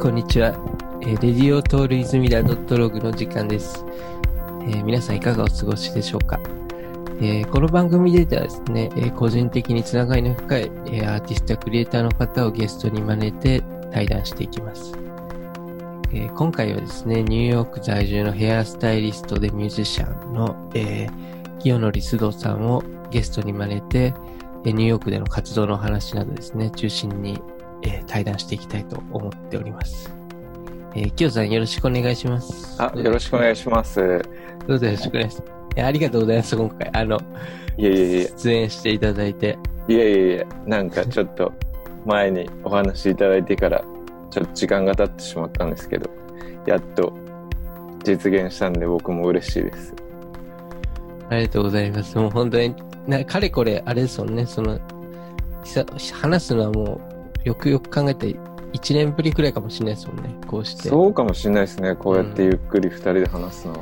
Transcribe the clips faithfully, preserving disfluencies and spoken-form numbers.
こんにちは。えー、レディオトールイズミラドットログの時間です。えー、皆さんいかがお過ごしでしょうか。えー、この番組ではですね、えー、個人的につながりの深い、えー、アーティストやクリエイターの方をゲストに招いて対談していきます。えー、今回はですね、ニューヨーク在住のヘアスタイリストでミュージシャンの、えー、清則須藤さんをゲストに招いて、えー、ニューヨークでの活動の話などですね、中心にえー、対談していきたいと思っております。えー、清さんよろしくお願いします。 あ、よろしくお願いします。 どうぞよろしくお願いします。いや、ありがとうございます、今回。あの、 いえいえいえ。 出演していただいて。 いえいえいえ、なんかちょっと前にお話しいただいてから、ちょっと時間が経ってしまったんですけど、やっと実現したんで僕も嬉しいです。 ありがとうございます。もう本当に、なかれこれ、あれですもんね、その、話すのはもう、よくよく考えていちねんぶりくらいかもしれないですもんね、こうして。 そうかもしれないですね、こうやってゆっくりふたりで話すの、うん、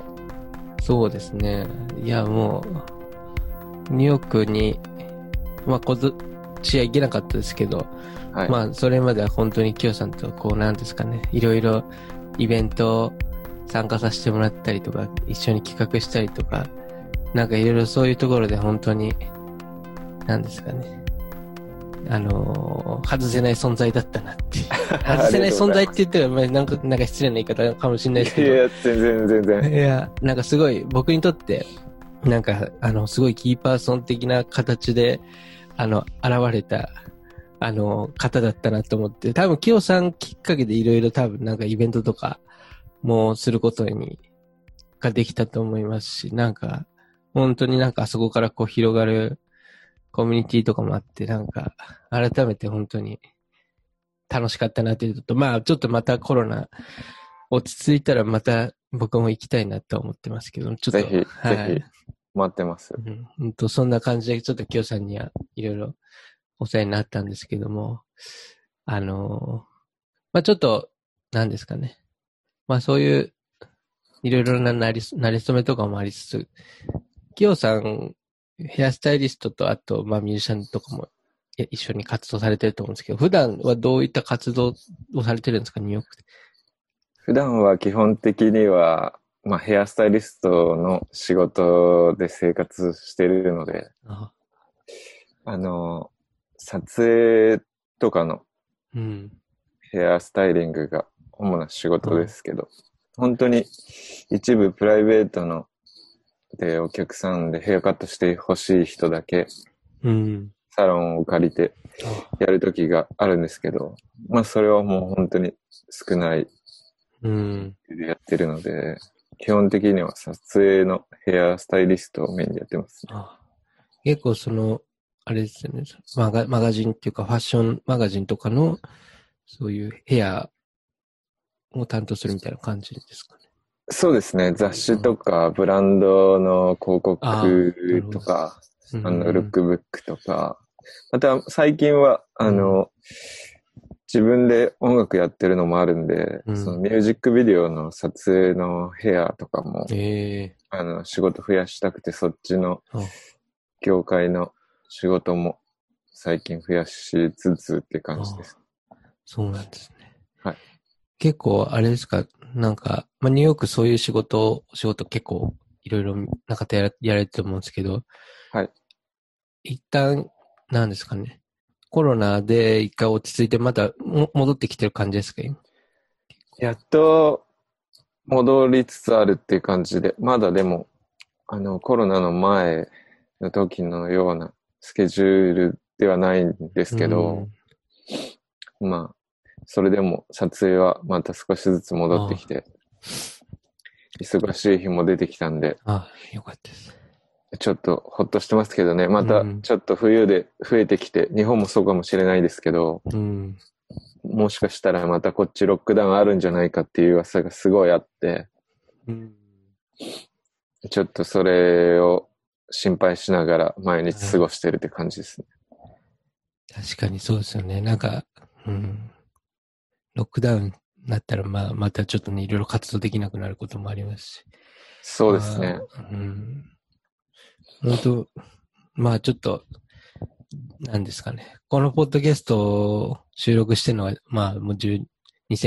そうですね。いやもうニューヨークにまあ今年は行けなかったですけど、はい、まあそれまでは本当に清さんとこうなんですかね、いろいろイベントを参加させてもらったりとか、一緒に企画したりとか、なんかいろいろそういうところで本当になんですかね、あのー、外せない存在だったなって外せない存在って言ったら、まあ、なんか、なんか失礼な言い方かもしれないですけど。 いや、全然全然。 いや、なんかすごい、僕にとって、なんか、あの、すごいキーパーソン的な形で、あの、現れた、あの、方だったなと思って、多分、清さんきっかけでいろいろ多分、なんかイベントとかもすることに、ができたと思いますし、なんか、本当になんかあそこからこう広がる、コミュニティとかもあって、なんか、改めて本当に楽しかったなっていうと、まあ、ちょっとまたコロナ落ち着いたらまた僕も行きたいなと思ってますけど、ちょっと。 ぜひ、はい、ぜひ、待ってます。 うん、本当そんな感じで、ちょっと清さんにはいろいろお世話になったんですけども、あの、まあちょっと、なんですかね。まあそういう、いろいろななり、なりそめとかもありつつ、清さん、ヘアスタイリストと、あと、まあ、ミュージシャンとかも一緒に活動されてると思うんですけど、普段はどういった活動をされてるんですか、ニューヨークで。 普段は基本的には、まあ、ヘアスタイリストの仕事で生活してるので、あ, あの、撮影とかのヘアスタイリングが主な仕事ですけど、うん、本当に一部プライベートので、お客さんでヘアカットしてほしい人だけ、うん、サロンを借りてやるときがあるんですけど、まあそれはもう本当に少ないでやってるので、うん、基本的には撮影のヘアスタイリストをメインでやってます、ね。 ああ結構その、あれですよねマガ、マガジンっていうかファッションマガジンとかのそういうヘアを担当するみたいな感じですかね。 そうですね。雑誌とか、ブランドの広告とか、あ, あの、ルックブックとか、また最近は、あの、うん、自分で音楽やってるのもあるんで、うん、そのミュージックビデオの撮影のヘアとかも、えー、あの、仕事増やしたくて、そっちの業界の仕事も最近増やしつつって感じです。 そうなんですね。 はい。 結構、あれですか、なんか、まあ、ニューヨークそういう仕事、仕事結構いろいろな方やらやられてると思うんですけど、 はい。 一旦、なんですかね、コロナで一回落ち着いてまた戻ってきてる感じですか？ やっと戻りつつあるっていう感じで、まだでも、あの、コロナの前の時のようなスケジュールではないんですけど、まあ、それでも撮影はまた少しずつ戻ってきて、忙しい日も出てきたんで、 ああ、よかったです。 ちょっとほっとしてますけどね、またちょっと冬で増えてきて、うん、日本もそうかもしれないですけど、うん、もしかしたらまたこっちロックダウンあるんじゃないかっていう噂がすごいあって、うん、ちょっとそれを心配しながら毎日過ごしてるって感じですね。 確かにそうですよね。なんか、うんロックダウンになったら、まあ、またちょっとね、いろいろ活動できなくなることもありますし。 そうですね。 まあ、うん。本当、まあちょっと、なんですかね。このポッドキャストを収録してるのは、まあもうにせん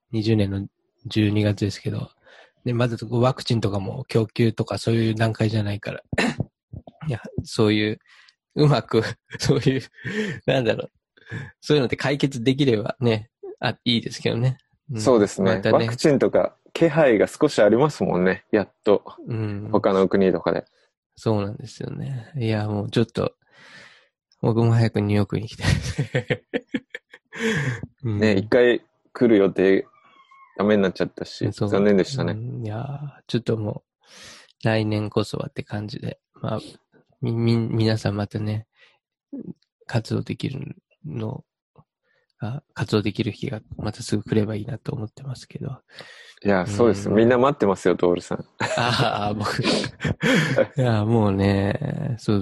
にじゅうねんのじゅうにがつですけど、で、まずワクチンとかも供給とかそういう段階じゃないから、いや、そういう、うまく、そういう、なんだろう、そういうのって解決できればね、あ、いいですけどね。 うん、そうですね。またね、ワクチンとか気配が少しありますもんね、やっと。うん。他の国とかで。 そうなんですよね。いや、もうちょっと、僕も早くニューヨークに行きたい。 うん、ね、一回来る予定、ダメになっちゃったし、残念でしたね。 うん、いや、ちょっともう、来年こそはって感じで、まあ、み、み、皆さんまたね、活動できるのが、活動できる日がまたすぐ来ればいいなと思ってますけど。 いや、そうです。みんな待ってますよ、トールさん。 ああ、僕。いや、もうね、そう、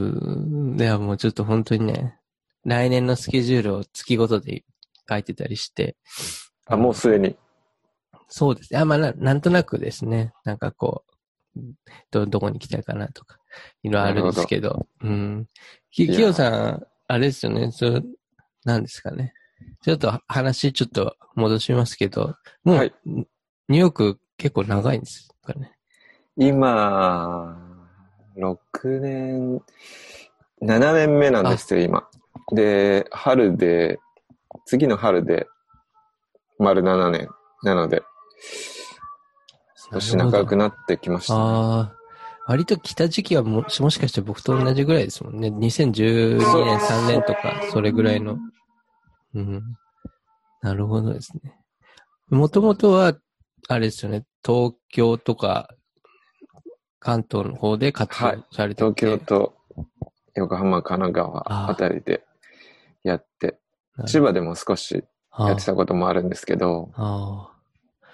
いや、もうちょっと本当にね、来年のスケジュールを月ごとで書いてたりして。 あ、もうすでに。 そうですね。あ、まあな、なんとなくですね。なんかこう、ど、どこに来たいかなとか、いろいろあるんですけど。どうん。き、きよさん、あれですよね。そう、なんですかね。ちょっと話ちょっと戻しますけど、もう、はい、ニューヨーク結構長いんですかね。 今、ろくねん、ななねんめなんですよ、今。で、春で、次の春で、丸ななねんなので、少し長くなってきましたね。ああ。 割と来た時期はも、もしかして僕と同じぐらいですもんね。にせんじゅうにねん、さんねんとか、それぐらいの。うん。なるほどですね。もともとは、あれですよね、東京とか、関東の方で活動されてて、 はい、東京と横浜、神奈川あたりでやって、千葉でも少しやってたこともあるんですけど、ああ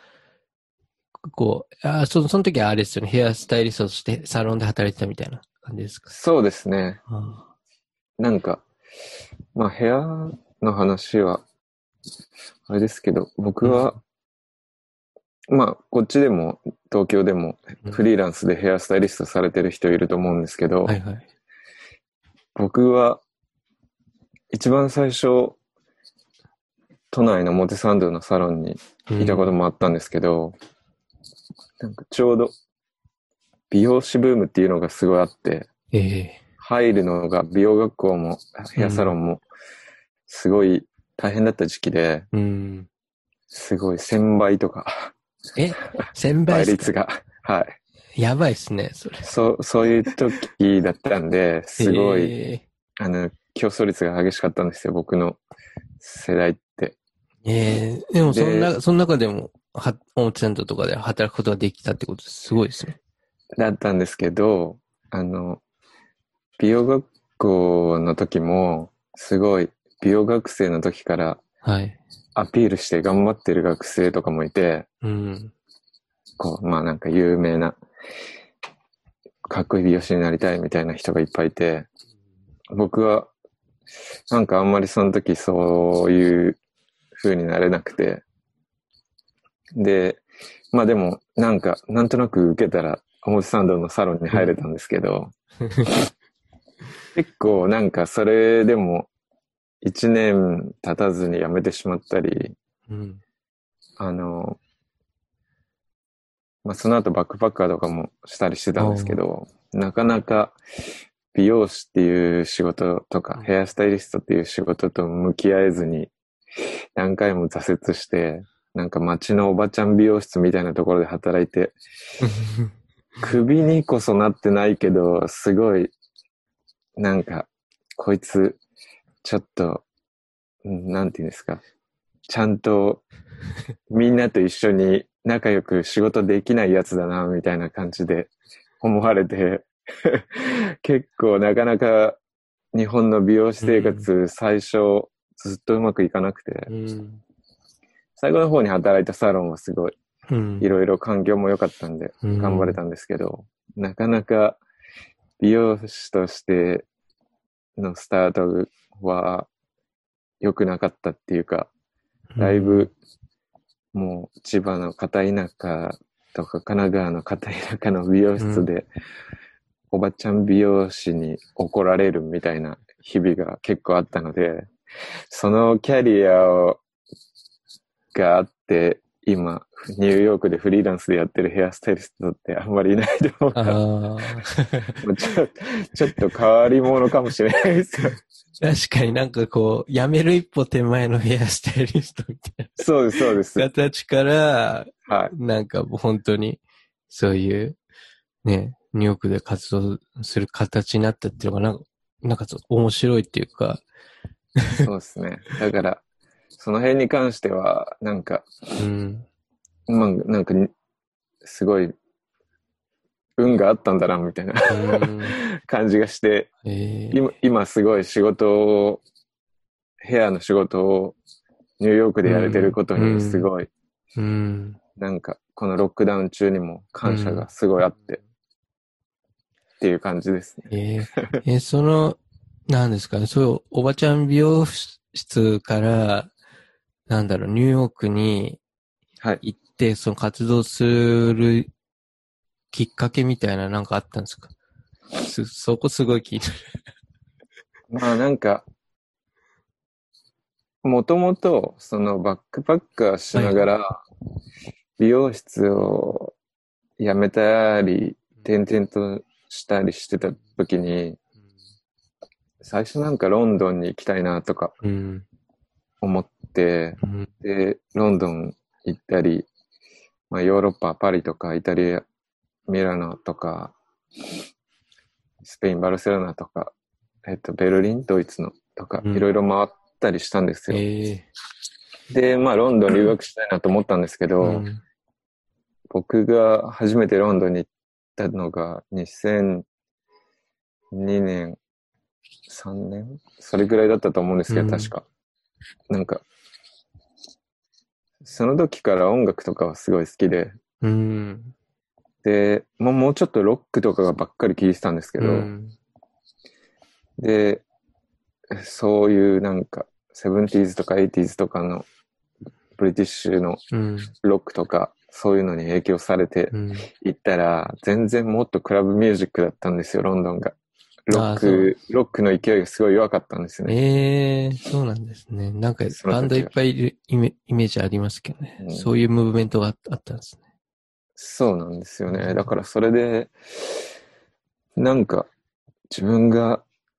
こう、あそ、その時はあれですよね、ヘアスタイリストとしてサロンで働いてたみたいな感じですか？ そうですね。なんか、まあヘアの話は、あれですけど、僕は、うん、まあ、こっちでも、東京でも、フリーランスでヘアスタイリストされてる人いると思うんですけど、うんはいはい、僕は、一番最初、都内の表参道のサロンにいたこともあったんですけど、うん、なんかちょうど、美容師ブームっていうのがすごいあって、えー、入るのが美容学校もヘアサロンもすごい大変だった時期で、うん、すごいせんばいとか。 えせんばい倍率が。はい。 やばいっすね、それ。 そう、そういう時だったんで、すごい、えー、あの、競争率が激しかったんですよ、僕の世代って。 ええー、でもそんな、その中でも、は、表参道とかで働くことができたってことですごいですね。 だったんですけど、あの、美容学校の時も、すごい、美容学生の時から、はい。アピールして頑張ってる学生とかもいて、うん。こう、まあなんか有名な、かっこいい美容師になりたいみたいな人がいっぱいいて、僕は、なんかあんまりその時そういう風になれなくて、で、まあでも、なんか、なんとなく受けたら、表参道のサロンに入れたんですけど、結構なんかそれでも一年経たずに辞めてしまったり、うん、あの、まあ、その後バックパッカーとかもしたりしてたんですけど、なかなか美容師っていう仕事とか、ヘアスタイリストっていう仕事と向き合えずに何回も挫折して、なんか街のおばちゃん美容室みたいなところで働いて、首にこそなってないけど、すごい、なんか、こいつ、ちょっと、なんていうんですか、ちゃんとみんなと一緒に仲良く仕事できないやつだな、みたいな感じで思われて、結構なかなか日本の美容師生活最初ずっとうまくいかなくて、うん、最後の方に働いたサロンはすごい、いろいろ環境も良かったんで頑張れたんですけど、うん、なかなか美容師としてのスタートは良くなかったっていうか、だいぶもう千葉の片田舎とか神奈川の片田舎の美容室で、うん、おばちゃん美容師に怒られるみたいな日々が結構あったので、そのキャリアをがあって今、ニューヨークでフリーランスでやってるヘアスタイリストってあんまりいないと思うから、もうちょ、ちょっと変わり者かもしれないですよ。 確かになんかこう、辞める一歩手前のヘアスタイリストみたいな。 そうです、そうです。 形から、 はい。 なんかもう本当に、そういう、ね、ニューヨークで活動する形になったっていうのが、なんか、なんか面白いっていうか。 そうですね。だから、その辺に関しては、なんか、 うん、 まあ、なんか、すごい、運があったんだな、みたいな感じがして、 えー、 今、今すごい仕事を、ヘアの仕事をニューヨークでやれてることにすごい、 うん、 なんか、このロックダウン中にも感謝がすごいあって、っていう感じですね。 えー、えー、その、なんですかね、そういうおばちゃん美容室から、なんだろう、ニューヨークに行って、はい、その活動するきっかけみたいななんかあったんですか？そ、そこすごい聞いてる。 まあなんか、もともと、そのバックパッカーしながら、美容室を辞めたり、転々としたりしてた時に、最初なんかロンドンに行きたいなとか思って、うん、で、ロンドン行ったり、まあヨーロッパ、パリとかイタリア、ミラノとか、スペイン、バルセロナとか、えっと、ベルリン、ドイツのとか、いろいろ回ったりしたんですよ。えー、で、まあロンドン留学したいなと思ったんですけど、うん、僕が初めてロンドンに行ったのがにせんにねん、さんねんそれぐらいだったと思うんですけど、うん、確か。なんか、その時から音楽とかはすごい好きで、うん、で、もう、もうちょっとロックとかがばっかり聴いてたんですけど、うん、で、そういうなんか、セブンティーズとかエイティーズとかのブリティッシュのロックとか、そういうのに影響されて行ったら、うん、全然もっとクラブミュージックだったんですよ、ロンドンが。ロック、ロックの勢いがすごい弱かったんですよね。 ええー、そうなんですね。なんかバンドいっぱいいるイメイメージありますけどね、うん。そういうムーブメントがあったんですね。 そうなんですよね。だからそれで、なんか自分が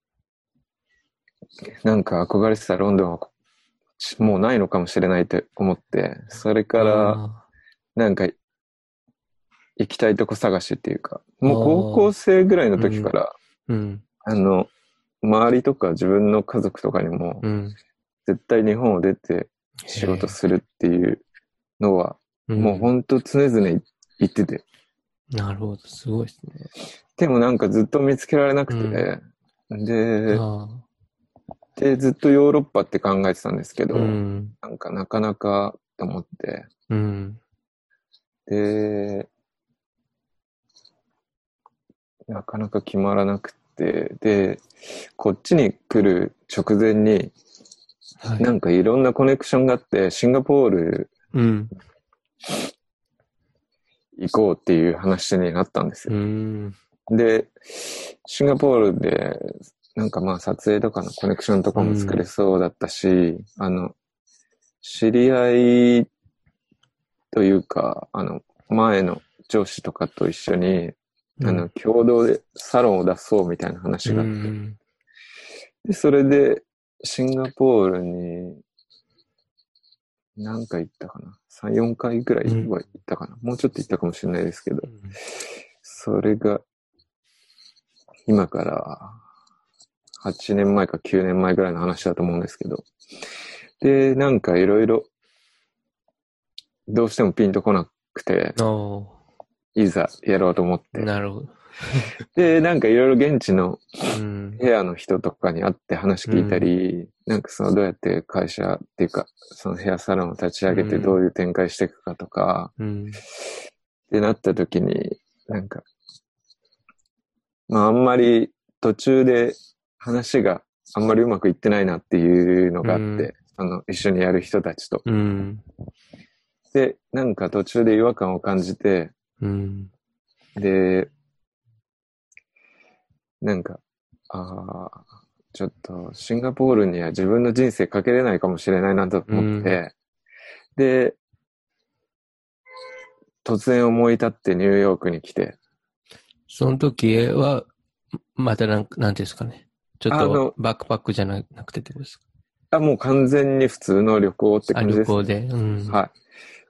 なんか憧れてたロンドンはもうないのかもしれないって思って、それからなんか行きたいとこ探しっていうか、もう高校生ぐらいの時から、うんうん、あの、周りとか自分の家族とかにも、うん、絶対日本を出て仕事するっていうのは、もうほんと常々言ってて。 なるほど、すごいですね。 でもなんかずっと見つけられなくて、うん、で、で、ずっとヨーロッパって考えてたんですけど、うん、なんかなかなかと思って、うん、で、なかなか決まらなくて、で、こっちに来る直前に、はい、なんかいろんなコネクションがあって、シンガポール、うん、行こうっていう話になったんですよ。うん、で、シンガポールで、なんかまあ撮影とかのコネクションとかも作れそうだったし、うん、あの、知り合いというか、あの、前の上司とかと一緒に、あの、共同でサロンを出そうみたいな話があって。うん、で、それで、シンガポールに、何回行ったかな ?さん、よんかいぐらいは行ったかな、うん、もうちょっと行ったかもしれないですけど、うん、それが、今からはちねんまえかきゅうねんまえぐらいの話だと思うんですけど、で、なんかいろいろ、どうしてもピンとこなくて、いざやろうと思って。 なるほど。 で、なんかいろいろ現地のヘアの人とかに会って話聞いたり、うん、なんかそのどうやって会社っていうか、そのヘアサロンを立ち上げてどういう展開していくかとか、うん、ってなった時に、なんか、まああんまり途中で話があんまりうまくいってないなっていうのがあって、うん、あの、一緒にやる人たちと。うん、で、なんか途中で違和感を感じて、うん、で、なんか、ああ、ちょっとシンガポールには自分の人生かけれないかもしれないなと思って、うん、で、 突然思い立ってニューヨークに来て。 その時は、またなん、なんていうんですかね。ちょっとバックパックじゃなくてってことですか？ あ、もう完全に普通の旅行って感じですね。 あ、旅行で。うん。 はい。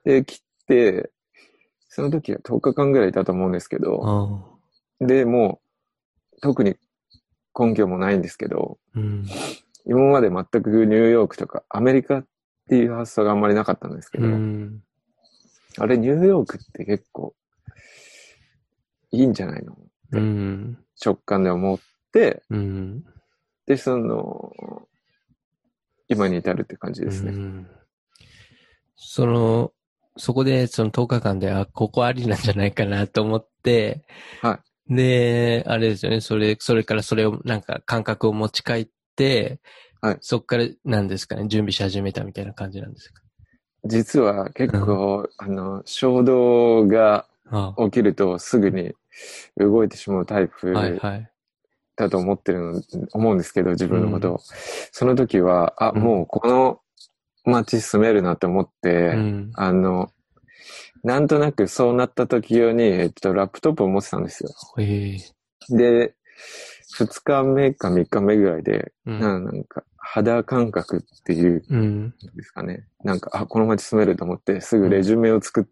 で、来て、その時はとおかかんぐらいいたと思うんですけど、で、もう、特に根拠もないんですけど、 うん、 今まで全くニューヨークとかアメリカっていう発想があんまりなかったんですけど、 うん、 あれニューヨークって結構いいんじゃないのって、うん、直感で思って、うん、で、その、今に至るって感じですね。うん、 その、そこでそのとおかかんで、あ、ここありなんじゃないかなと思って、 はい。 で、あれですよね、それ、それからそれをなんか感覚を持ち帰って、はい。そこから何ですかね、準備し始めたみたいな感じなんですか？ 実は結構、うん、あの、衝動が起きるとすぐに動いてしまうタイプだと思ってるの、思うんですけど、自分のことを。うん、その時は、あ、うん、もうこの街住めるなって思って、うん、あの、なんとなくそうなった時用に、えっと、ラップトップを持ってたんですよ。へで、二日目か三日目ぐらいで、うん、なんか肌感覚っていう、ですかね、うん。なんか、あ、この街住めると思って、すぐレジュメを作って、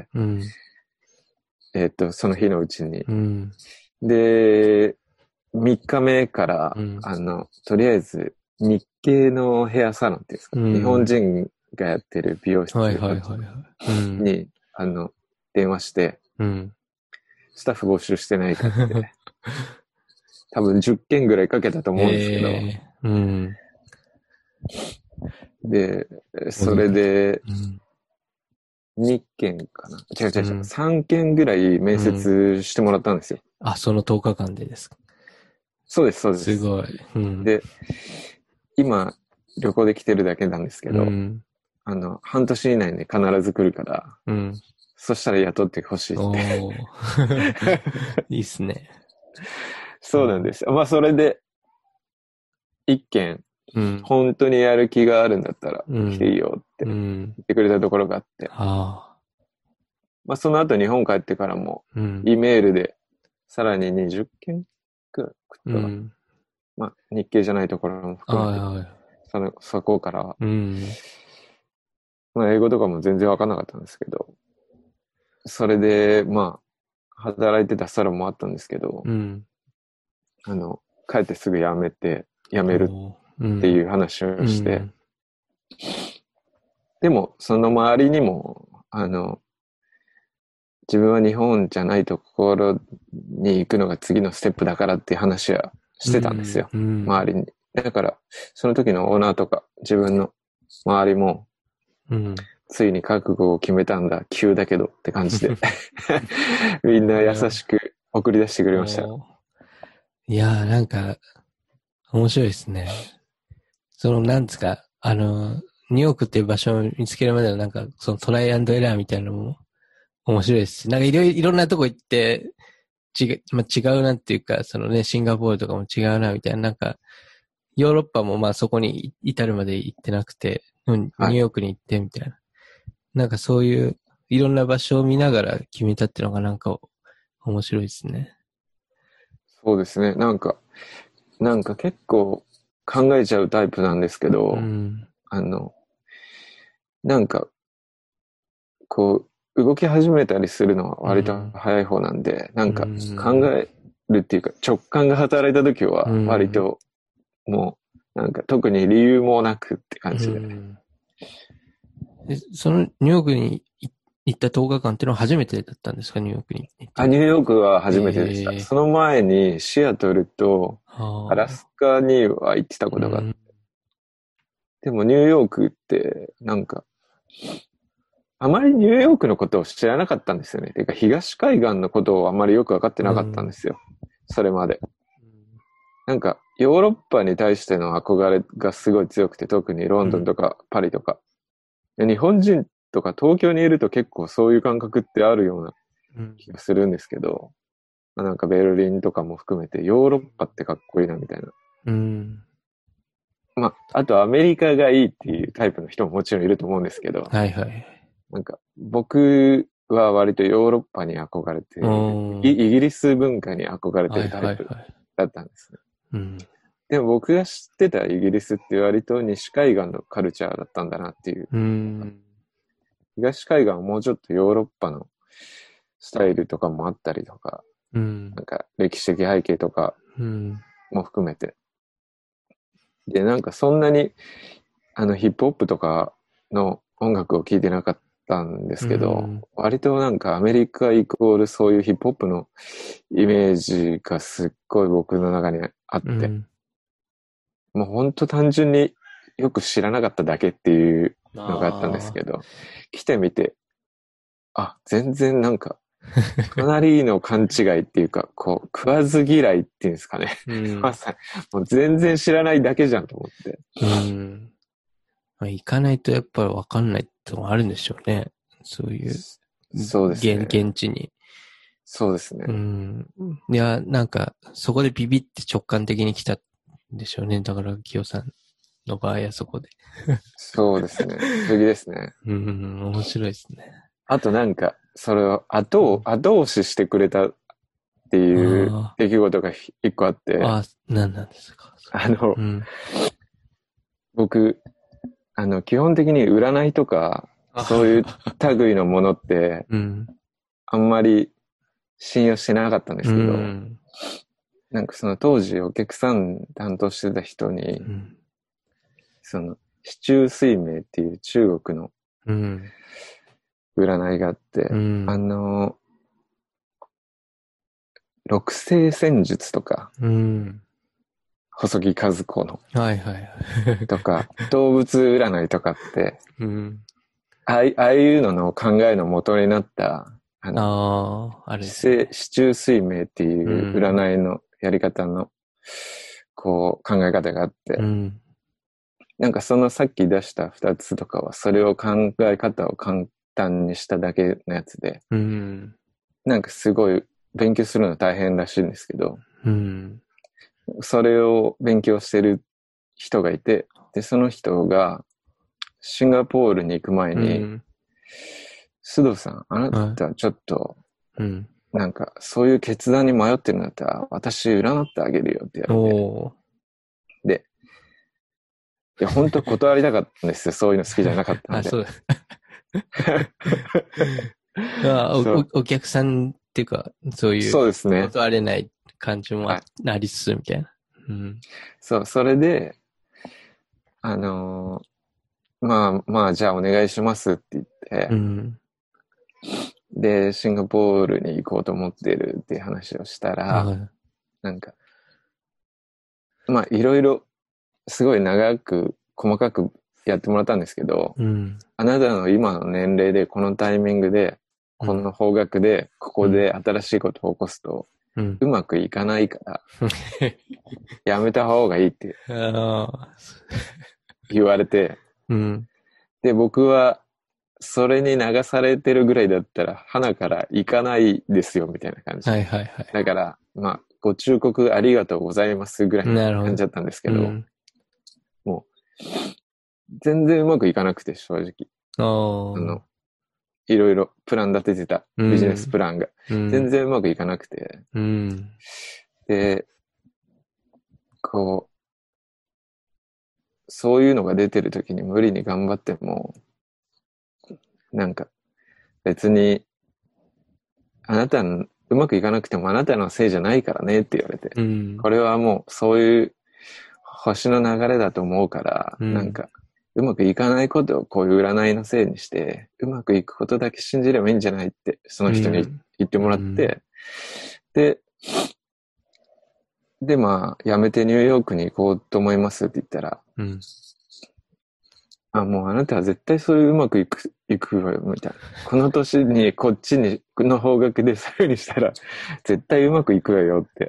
うん、えっと、その日のうちに。うん、で、三日目から、うん、あの、とりあえず、日系のヘアサロンっていうんですか、うん、日本人がやってる美容室に、あの、電話して、うん、スタッフ募集してないかって。多分じゅっけんぐらいかけたと思うんですけど。えー、うん、で、それで、にけんかな。違う違う違う。うん、さんけんぐらい面接してもらったんですよ。 うん、あ、そのとおかかんでですか？ そうです、そうです。 すごい。うん、 で、今、旅行で来てるだけなんですけど、うん、あの、半年以内に必ず来るから、うん、そしたら雇ってほしいって。 いいっすね。 そうなんですよ。まあ、それで、一件、うん、本当にやる気があるんだったら来ていいよって言ってくれたところがあって、うん、まあ、その後日本帰ってからも、うん、E メールでさらににじゅっけんくらい送ったら、うん、まあ、日系じゃないところも含めて、はいはい、そのそこから、うん、まあ、英語とかも全然わかんなかったんですけど、それで、まあ、働いてたサロンもあったんですけど、うん、あの、帰ってすぐ辞めて、辞めるっていう話をして、うんうん、でも、その周りにも、あの、自分は日本じゃないところに行くのが次のステップだからっていう話はしてたんですよ。うんうん、周りに。だから、その時のオーナーとか自分の周りも、うん、ついに覚悟を決めたんだ、急だけどって感じで。みんな優しく送り出してくれました。 いやーなんか、面白いですね。その、なんですか、あの、ニューヨークっていう場所を見つけるまでのなんか、そのトライアンドエラーみたいなのも面白いですし、なんかいろいろ、いろんなとこ行って、違、まあ、違うなっていうか、そのね、シンガポールとかも違うなみたいな、なんか、ヨーロッパもまあそこに至るまで行ってなくて、ニューヨークに行ってみたいな。はい、なんかそういういろんな場所を見ながら決めたっていうのがなんか面白いですね。 そうですね。なんか、なんか結構考えちゃうタイプなんですけど、うん、あの、なんか、こう、動き始めたりするのは割と早い方なんで、うん、なんか考えるっていうか直感が働いた時は割ともうなんか特に理由もなくって感じで。うん、 でそのニューヨークに行ったとおかかんっていうのは初めてだったんですか？ニューヨークに行って。 あ、ニューヨークは初めてでした。えー、その前にシアトルとアラスカには行ってたことがあって。うん、でもニューヨークってなんかあまりニューヨークのことを知らなかったんですよね。てか東海岸のことをあまりよくわかってなかったんですよ。うん、それまで。なんかヨーロッパに対しての憧れがすごい強くて、特にロンドンとかパリとか。うん、日本人とか東京にいると結構そういう感覚ってあるような気がするんですけど、うん、なんかベルリンとかも含めてヨーロッパってかっこいいなみたいな。うん、まあ、あとアメリカがいいっていうタイプの人ももちろんいると思うんですけど、はいはい。なんか僕は割とヨーロッパに憧れて、イギリス文化に憧れてるタイプだったんですね。 はいはいはい、うん、 でも僕が知ってたイギリスって割と西海岸のカルチャーだったんだなっていう。 うん、 東海岸はもうちょっとヨーロッパのスタイルとかもあったりとか、 うん、 なんか歴史的背景とかも含めて。で、なんかそんなにあのヒップホップとかの音楽を聴いてなかったんですけど、うん、割となんかアメリカイコールそういうヒップホップのイメージがすっごい僕の中にあって、うん、もうほんと単純によく知らなかっただけっていうのがあったんですけど、来てみて、あ、全然なんか、かなりの勘違いっていうか、こう、食わず嫌いっていうんですかね。うん、まさに、もう全然知らないだけじゃんと思って。 うんまあ、行かないとやっぱり分かんないってのもあるんでしょうね。そういう。 そうですね。 現地に。 そうですね。 うん。いや、なんか、そこでビビって直感的に来たんでしょうね。だから、キヨさんの場合はそこで。 そうですね。不思議ですね。 うん、面白いですね。 あとなんか、それを後、後押ししてくれたっていう出来事が一個あって。 ああ、何なんですか。 あの、うん、僕、あの、基本的に占いとか、そういう類のものって、うん、あんまり信用してなかったんですけど、うん、なんかその当時お客さん担当してた人に、うん、その、四柱推命っていう中国の占いがあって、うん、あの、六星占術とか、うん、細木数子の、 はいはい、 とか、動物占いとかって、うん、ああいうのの考えの元になった、あの、ああれですね、四柱推命っていう占いのやり方の、こう、考え方があって、うん、なんかそのさっき出した二つとかは、それを考え方を簡単にしただけのやつで、うん、なんかすごい勉強するの大変らしいんですけど、うん、それを勉強してる人がいて、で、その人がシンガポールに行く前に、うん、須藤さん、あなたちょっと、うん、なんかそういう決断に迷ってるんだったら、私占ってあげるよって言われて、で、いや、本当断りたかったんですよ。そういうの好きじゃなかったんで。あ、そうあお。お客さんっていうか、そういう。 そうですね。 断れない感じも あ,、はい、ありつつみたいな。うん、 そう、それで、あのー、まあまあ、じゃあお願いしますって言って、うん、で、シンガポールに行こうと思ってるっていう話をしたら、はい、なんか、まあいろいろ、すごい長く、細かくやってもらったんですけど、うん、あなたの今の年齢で、このタイミングで、この方角で、ここで新しいことを起こすと、うん、うまくいかないから、やめた方がいいって言われて、うん、で、僕は、それに流されてるぐらいだったら、花から行かないですよ、みたいな感じ。 はいはいはい。 だから、まあ、ご忠告ありがとうございますぐらいの感じだったんですけど、どうん、もう、全然うまくいかなくて、正直。あの、いろいろプラン立ててたビジネスプランが、うん、全然うまくいかなくて、うん、で、こう、そういうのが出てる時に無理に頑張っても、なんか、別に、あなたの、うまくいかなくてもあなたのせいじゃないからねって言われて、うん、これはもうそういう星の流れだと思うから、うん、なんか、うまくいかないことをこういう占いのせいにして、うまくいくことだけ信じればいいんじゃないって、その人に言ってもらって、うん、で、で、まあ、辞めてニューヨークに行こうと思いますって言ったら、うん、あ、もうあなたは絶対そういううまくいく、いくわよ、みたいな。この年にこっちに、この方角でそういう風にしたら、絶対うまくいくわよって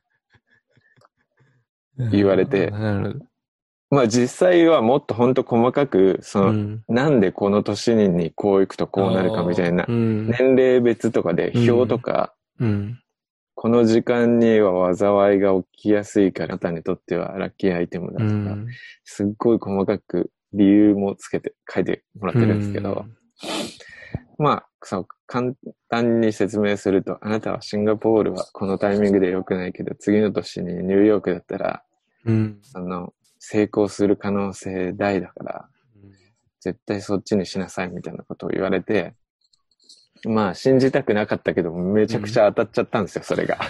言われて、まあ実際はもっとほんと細かく、その、うん、なんでこの年にこういくとこうなるかみたいな、うん、年齢別とかで表とか、うんうん、この時間には災いが起きやすいから、あなたにとってはラッキーアイテムだとか、うん、すっごい細かく理由もつけて書いてもらってるんですけど、まあ、そう簡単に説明すると、あなたはシンガポールはこのタイミングで良くないけど、次の年にニューヨークだったら、 うん、 その、成功する可能性大だから、うん、絶対そっちにしなさいみたいなことを言われて、まあ信じたくなかったけど、めちゃくちゃ当たっちゃったんですよ、うん、それが。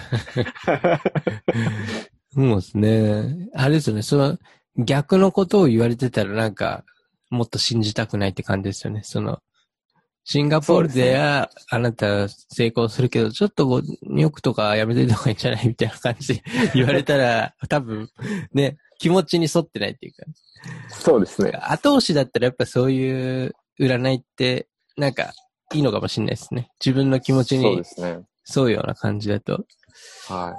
そうですね。あれですよね、その逆のことを言われてたらなんか、もっと信じたくないって感じですよね。その、シンガポールでは、ね、あなた成功するけど、ちょっとこう、ニューヨークとかやめといた方がいいんじゃないみたいな感じで言われたら、多分、ね、気持ちに沿ってないっていうか。 そうですね。 後押しだったらやっぱそういう占いって、なんか、いいのかもしれないですね。自分の気持ちに沿うような感じだと。 はい、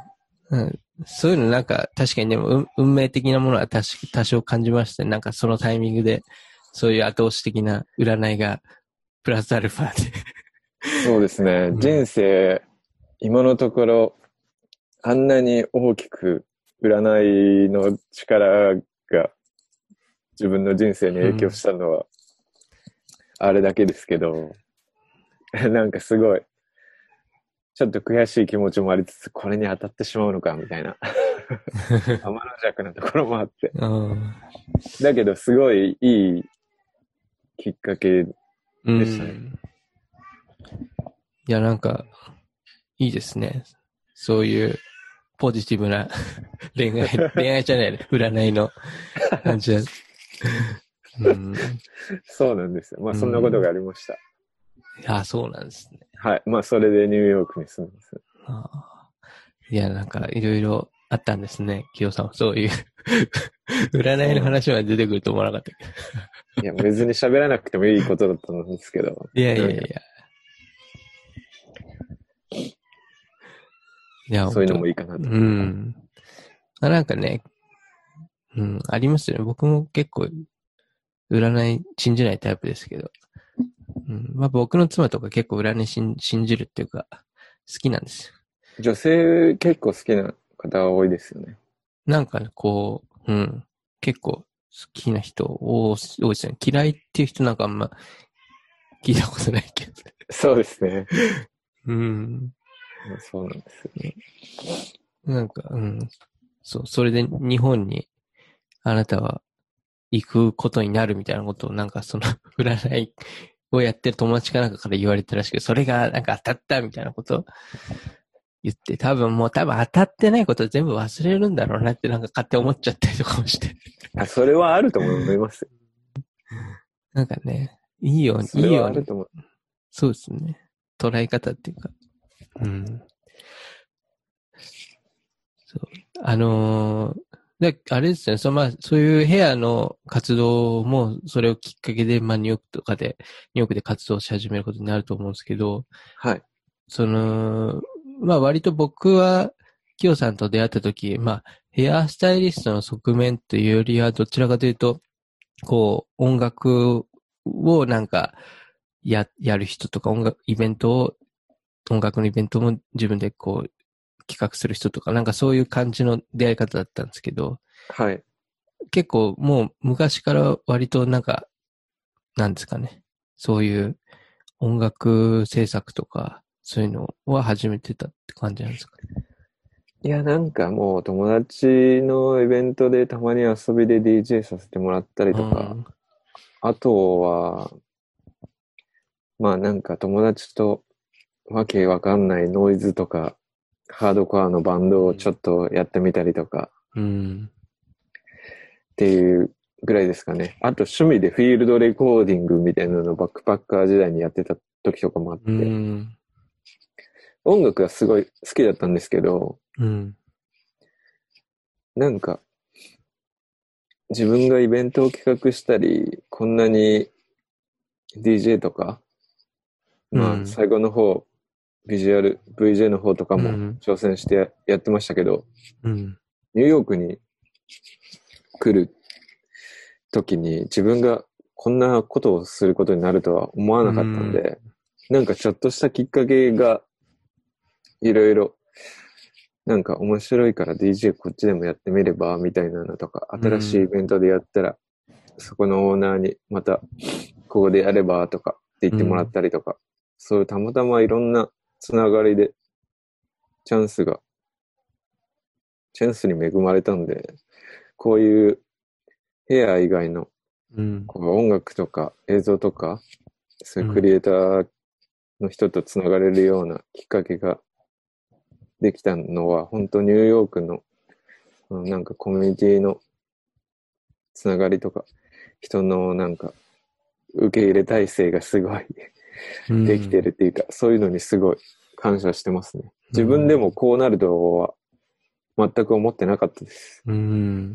うん。そういうのなんか、確かにでも、運命的なものは多少感じましたね。なんかそのタイミングで、そういう後押し的な占いが、プラスアルファで。 そうですね。うん、人生、今のところ、あんなに大きく占いの力が自分の人生に影響したのは、あれだけですけど、うん、なんかすごい、ちょっと悔しい気持ちもありつつ、これに当たってしまうのか、みたいな。天の弱なところもあって。だけど、すごいいいきっかけでしたね。うん、 いや、なんか、いいですね。そういうポジティブな恋愛、恋愛じゃないね、占いの感じだ、 うん。そうなんですよ。まあ、そんなことがありました。 うん、いや、そうなんですね。 はい。まあ、それでニューヨークに住んでます。 あいや、なんか、いろいろあったんですね。キヨさんはそういう占いの話まで出てくると思わなかったけど。いや、別に喋らなくてもいいことだったんですけど。 いやいやいや。いや、 そういうのもいいかなと。 うん。あ、なんかね、うん、ありますよね。僕も結構、占い信じないタイプですけど。うん、まあ僕の妻とか結構占い信じるっていうか、好きなんですよ。 女性結構好きな方が多いですよね。 なんかね、こう、うん、結構好きな人多いですよね。嫌いっていう人なんかあんま聞いたことないけど。 そうですね。 うん。 そうなんですよね。 なんか、うん。そう、それで日本にあなたは行くことになるみたいなことをなんかその占いをやってる友達かなんかから言われたらしく、それがなんか当たったみたいなことを言って、多分もう多分当たってないこと全部忘れるんだろうなってなんか勝手に思っちゃったりとかもして。 あ、それはあると思います。 なんかね、いいように、いいように。そうですね。捉え方っていうか。うん。そう。あのー、で、あれですね、そのまあ、そういうヘアの活動も、それをきっかけで、まあ、ニューヨークとかで、ニューヨークで活動し始めることになると思うんですけど、 はい。 その、まあ、割と僕は、キヨさんと出会った時、まあ、ヘアスタイリストの側面というよりは、どちらかというと、こう、音楽をなんか、や、やる人とか、音楽、イベントを、音楽のイベントも自分でこう、企画する人とか、なんかそういう感じの出会い方だったんですけど、 はい。 結構もう昔から割となんか、なんですかね、そういう音楽制作とか、そういうのは始めてたって感じなんですかね。 いや、なんかもう友達のイベントでたまに遊びで ディージェー させてもらったりとか、うん、あとは、まあなんか友達とわけわかんないノイズとか、ハードコアのバンドをちょっとやってみたりとか、 うん、 っていうぐらいですかね。あと趣味でフィールドレコーディングみたいなのをバックパッカー時代にやってた時とかもあって、うん、音楽がすごい好きだったんですけど、 うん、 なんか自分がイベントを企画したり、こんなに ディージェー とか、まあ最後の方、ビジュアル、ブイジェー の方とかも挑戦してやってましたけど、 うん、 ニューヨークに来る時に自分がこんなことをすることになるとは思わなかったんで、うん、なんかちょっとしたきっかけがいろいろなんか面白いから ディージェー こっちでもやってみればみたいなのとか、新しいイベントでやったら、うん、そこのオーナーにまたここでやればとかって言ってもらったりとか、 そういうたまたまいろんなつながりで、チャンスが、チャンスに恵まれたんで、こういうヘア以外の、 うん。 こう音楽とか映像とか、そういうクリエイターの人とつながれるようなきっかけができたのは、本当ニューヨークの、なんかコミュニティのつながりとか、人のなんか受け入れ体制がすごいできてるっていうか、うん、そういうのにすごい感謝してますね。自分でもこうなるとは全く思ってなかったです。 うん。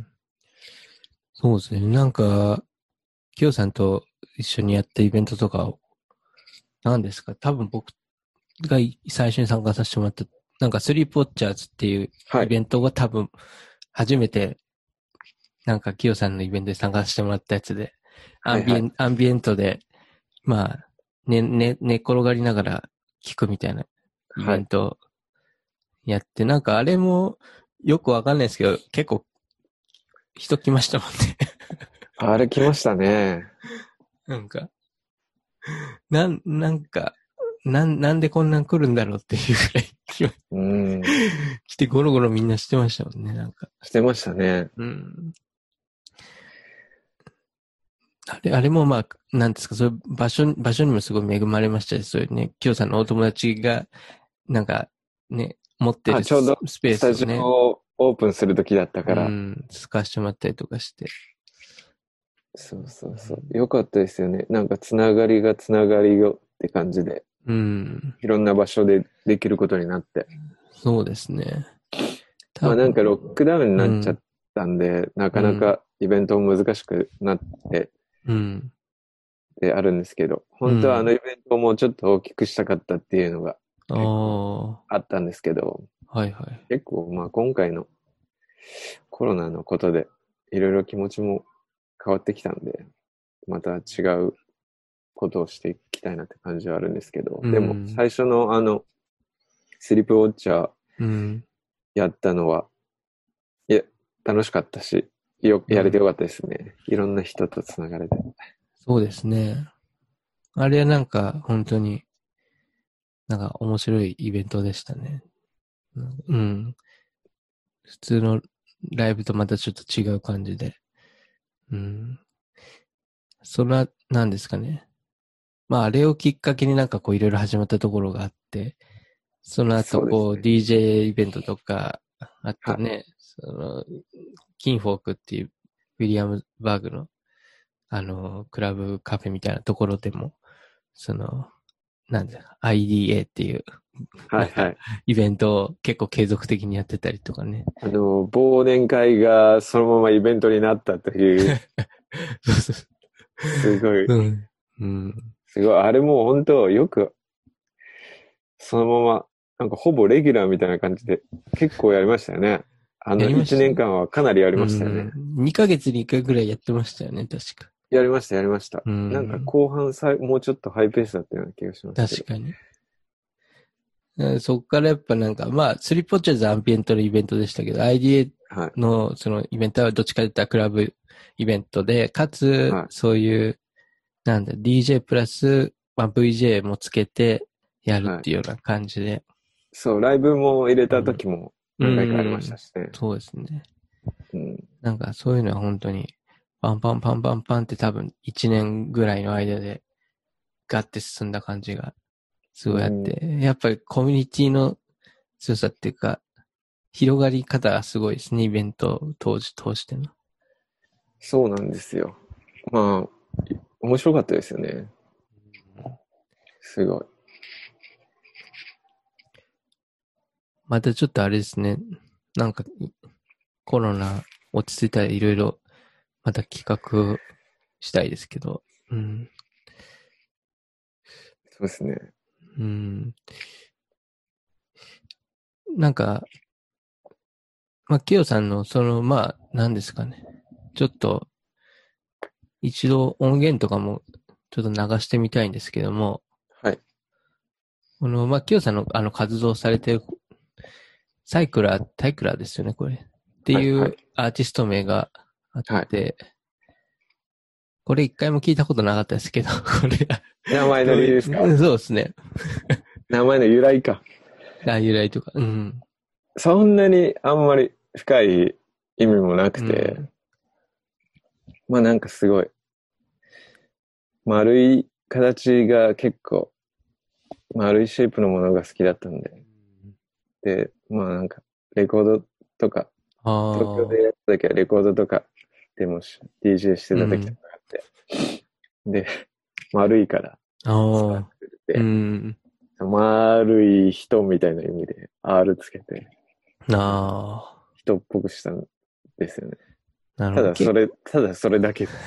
そうですね。なんか、キヨさんと一緒にやったイベントとかを、何ですか、多分僕が最初に参加させてもらった、なんかスリープウォッチャーズっていうイベントが多分初めて、なんかキヨさんのイベントで参加させてもらったやつで、アンビエン、はいはい、アンビエントで、まあ、ね、ね、寝転がりながら聞くみたいなイベントをやって、はい、なんかあれもよくわかんないですけど、結構人来ましたもんね。 あれ来ましたね。 なんか、なん、なんか、なん、なんでこんなん来るんだろうっていうぐらい来ま、うん、来てゴロゴロみんなしてましたもんね、なんか。 してましたね。 うん。あれ、あれもまあ、なんですか、そういう場所、場所にもすごい恵まれましたし、そういうね、キヨさんのお友達が、なんか、ね、持ってるスペースをね。ちょうどスタジオをオープンする時だったから。 うん、使わせてもらったりとかして。 そうそうそう。よかったですよね。なんかつながりがつながりよって感じで。 うん。 いろんな場所でできることになって。 そうですね。 まあなんかロックダウンになっちゃったんで、うん、なかなかイベントも難しくなって、うん。であるんですけど、本当はあのイベントもちょっと大きくしたかったっていうのが結構あったんですけど、 はいはい。 結構まあ今回のコロナのことでいろいろ気持ちも変わってきたんで、また違うことをしていきたいなって感じはあるんですけど、うん、でも最初のあのスリープウォッチャーやったのは、うん、いや楽しかったし、よやれてよかったですね、うん。いろんな人とつながれて。 そうですね。あれはなんか本当になんか面白いイベントでしたね。うん。普通のライブとまたちょっと違う感じで。うん。それは何ですかね。まああれをきっかけになんかこういろいろ始まったところがあって、その後こう、ね、ディージェー イベントとか、あとね、はい、その、キンフォークっていうウィリアムバーグのあの、クラブカフェみたいなところでも、その、なんだ、アイディーエー っていう、 はいはい。 イベントを結構継続的にやってたりとかね。 あの、忘年会がそのままイベントになったという。そうそうすごい。うん。うん、すごい。あれも本当よく、そのまま、なんかほぼレギュラーみたいな感じで結構やりましたよね。あのいちねんかんはかなりやりましたよね。 うん、にかげつにいっかいぐらいやってましたよね、確か。 やりました、やりました。うん、なんか後半さもうちょっとハイペースだったような気がしますけど。 確かに。そっからやっぱなんか、まあ、スリーポッチャーズアンビエントのイベントでしたけど、アイディーエー のそのイベントはどっちかといったらクラブイベントで、かつ、そういう、なんだ、ディージェー プラス、まあ、ブイジェー もつけてやるっていうような感じで。はい、 そう、ライブも入れた時も何回かありましたしね。 うん、そうですね。うん、なんかそういうのは本当に、パンパンパンパンパンって多分いちねんぐらいの間でガッて進んだ感じがすごいあって、うん、やっぱりコミュニティの強さっていうか、広がり方がすごいですね、イベントを当時通しての。 そうなんですよ。まあ、面白かったですよね。すごい。 またちょっとあれですね、なんかコロナ落ち着いたらいろいろまた企画したいですけど、うん。 そうですね。 うん。なんか、まあ、キヨさんのその、まあ、何ですかね。ちょっと、一度音源とかもちょっと流してみたいんですけども、 はい。 この、まあ、キヨさんのあの活動されてる、サイクラー、タイクラーですよね、これ。っていうアーティスト名があって、はいはい、これ一回も聞いたことなかったですけど、これ、 名前の理由ですか？ そうですね。 名前の由来か。 あ、由来とか。うん。 そんなにあんまり深い意味もなくて、うん、まあなんかすごい、丸い形が結構、丸いシェイプのものが好きだったんで。で、まあなんか、レコードとか、東京でやった時はレコードとかでも ディージェー してた時とかあって、うん、で、丸いから使ってて、うん、丸い人みたいな意味で R つけて、 あ人っぽくしたんですよね。 なるほど。ただそれ、ただそれだけです。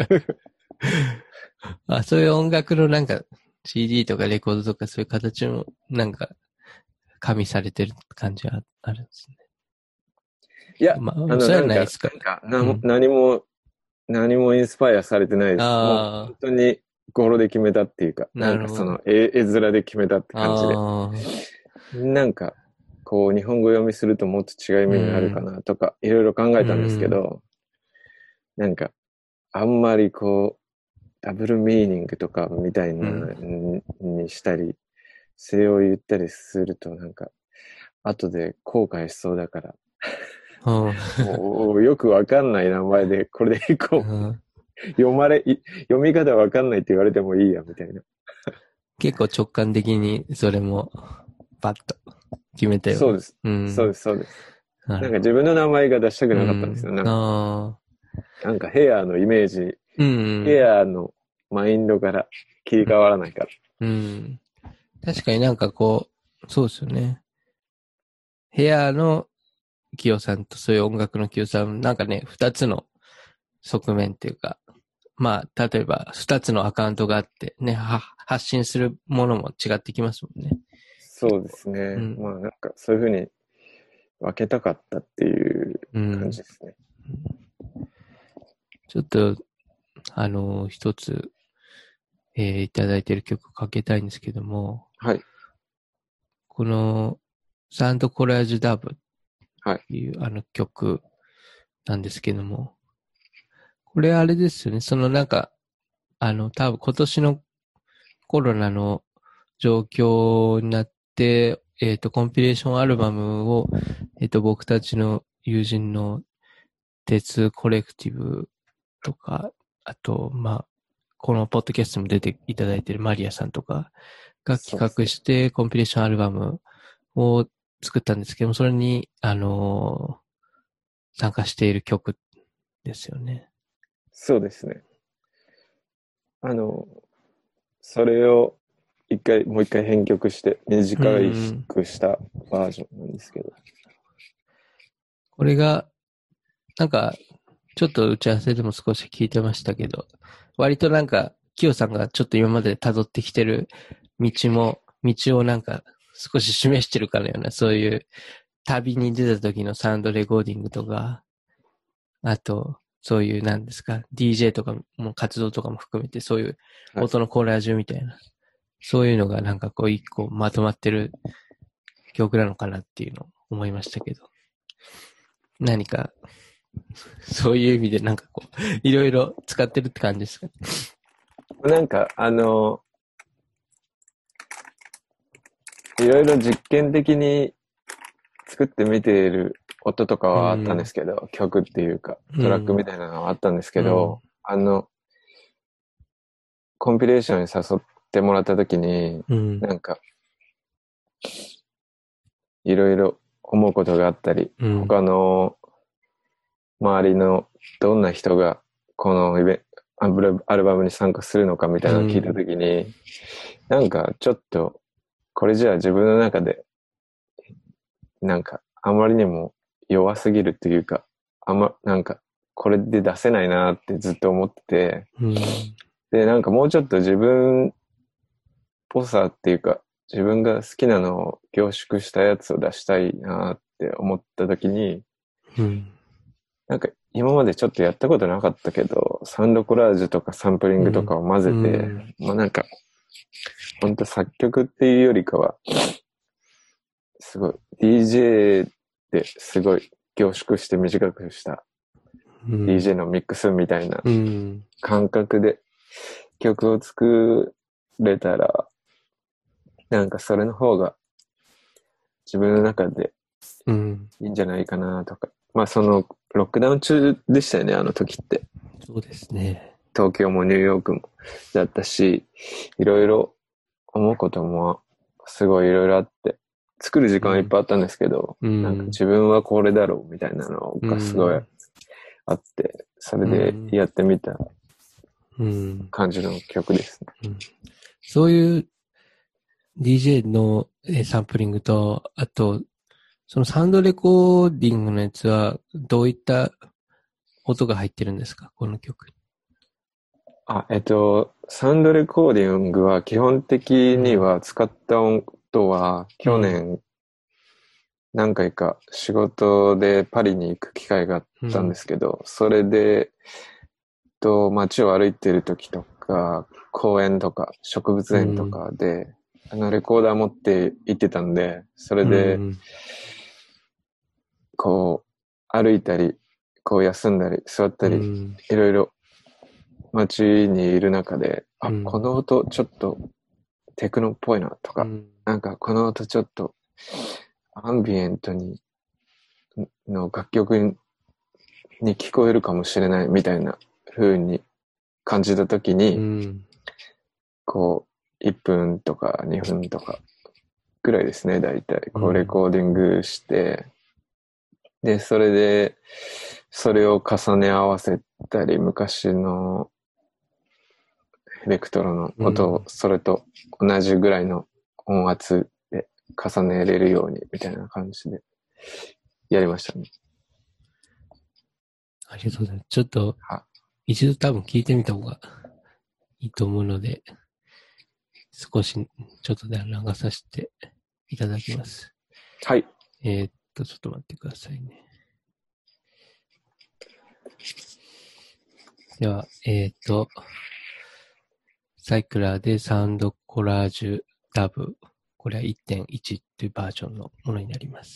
あ、そういう音楽のなんか シーディー とかレコードとかそういう形もなんか加味されてる感じはあるんですね。 いや、まあ、あの、それはないですか。なんか、な、うん、何も、何もインスパイアされてないです。もう本当に語呂で決めたっていうか、な, なんかその絵、絵面で決めたって感じで。なんか、こう、日本語読みするともっと違う意味になるかなとか、いろいろ考えたんですけど、なんか、あんまりこう、ダブルミーニングとかみたいなにしたり、それを言ったりするとなんか、後で後悔しそうだから、もうよくわかんない名前で、これでこう、読まれ、読み方わかんないって言われてもいいや、みたいな。 結構直感的にそれも、パッと決めたよ。 そうです。うん、そうです、そうです。なんか自分の名前が出したくなかったんですよ。うん、なんか、なんかヘアのイメージ、うん、ヘアのマインドから切り替わらないから。 うん。うん、確かになんかこう、そうですよね。ヘアのキヨさんとそういう音楽のキヨさん、なんかね、二つの側面っていうか、まあ、例えば二つのアカウントがあって、ね、発信するものも違ってきますもんね。 そうですね。うん、まあなんかそういうふうに分けたかったっていう感じですね。 うん、ちょっと、あのー、一つ、えー、いただいている曲かけたいんですけども、 はい。 この、サンドコラージュダブっていう、はい、あの曲なんですけども、これあれですよね、そのなんか、あの、多分今年のコロナの状況になって、えっと、コンピレーションアルバムを、えっと、僕たちの友人の鉄コレクティブとか、あと、まあ、このポッドキャストも出ていただいているマリアさんとかが企画して、コンピレーションアルバムを作ったんですけども、それに、あのー、参加している曲ですよね。 そうですね。あの、それを一回、もう一回編曲して短くしたバージョンなんですけど。 これが、なんか、ちょっと打ち合わせでも少し聞いてましたけど、割となんか、キヨさんがちょっと今まで辿ってきてる道も、道をなんか少し示してるかのような、そういう旅に出た時のサウンドレコーディングとか、あと、そういうなんですか、ディージェー とかも活動とかも含めて、そういう音のコラージュみたいな、はい、そういうのがなんかこう一個まとまってる曲なのかなっていうのを思いましたけど、何か、そういう意味でなんかこう、いろいろ使ってるって感じですかね。 なんか、あの、いろいろ実験的に作ってみている音とかはあったんですけど、うん、曲っていうか、トラックみたいなのはあったんですけど、うん、あの、コンピレーションに誘ってもらったときに、うん、なんか、いろいろ思うことがあったり、うん、他の周りのどんな人がこのイベアルバムに参加するのかみたいなのを聞いたときに、うん、なんかちょっとこれじゃあ自分の中でなんかあまりにも弱すぎるというか、あんまなんかこれで出せないなってずっと思ってて、うん、でなんかもうちょっと自分っぽさっていうか自分が好きなのを凝縮したやつを出したいなって思ったときに、うん、なんか今までちょっとやったことなかったけど、サウンドコラージュとかサンプリングとかを混ぜて、うん、まあなんか、ほんと作曲っていうよりかは、すごい ディージェー ですごい凝縮して短くした ディージェー のミックスみたいな感覚で曲を作れたら、なんかそれの方が自分の中でいいんじゃないかなとか。うん、まあそのロックダウン中でしたよね、あの時って。 そうですね。 東京もニューヨークもだったし、いろいろ思うこともすごいいろいろあって、作る時間はいっぱいあったんですけど、うん、なんか自分はこれだろうみたいなのがすごいあって、それでやってみた感じの曲ですね。 うんうん、そういう ディージェー のサンプリングと、あと、そのサウンドレコーディングのやつはどういった音が入ってるんですか、この曲。 あ、えっと、サウンドレコーディングは基本的には使った音は、去年何回か仕事でパリに行く機会があったんですけど、うん、それで、と街を歩いてる時とか、公園とか植物園とかで、うん、あのレコーダー持って行ってたんで、それで、うん、こう歩いたり、こう休んだり座ったり、うん、いろいろ街にいる中で、あ、うん、この音ちょっとテクノっぽいなとか、うん、なんかこの音ちょっとアンビエントにの楽曲に、に聞こえるかもしれないみたいな風に感じたときに、うん、こういっぷんとかにふんとかぐらいですね、だいたいこうレコーディングして、うん、でそれでそれを重ね合わせたり、昔のエレクトロの音をそれと同じぐらいの音圧で重ねれるようにみたいな感じでやりましたね。 ありがとうございます。ちょっと一度多分聞いてみた方がいいと思うので、少しちょっとで流させていただきます。 はい。 えー、っと、ちょっと待ってくださいね。では、えー、っと、サイクラーでサウンドコラージュダブ、これは いってんいち というバージョンのものになります。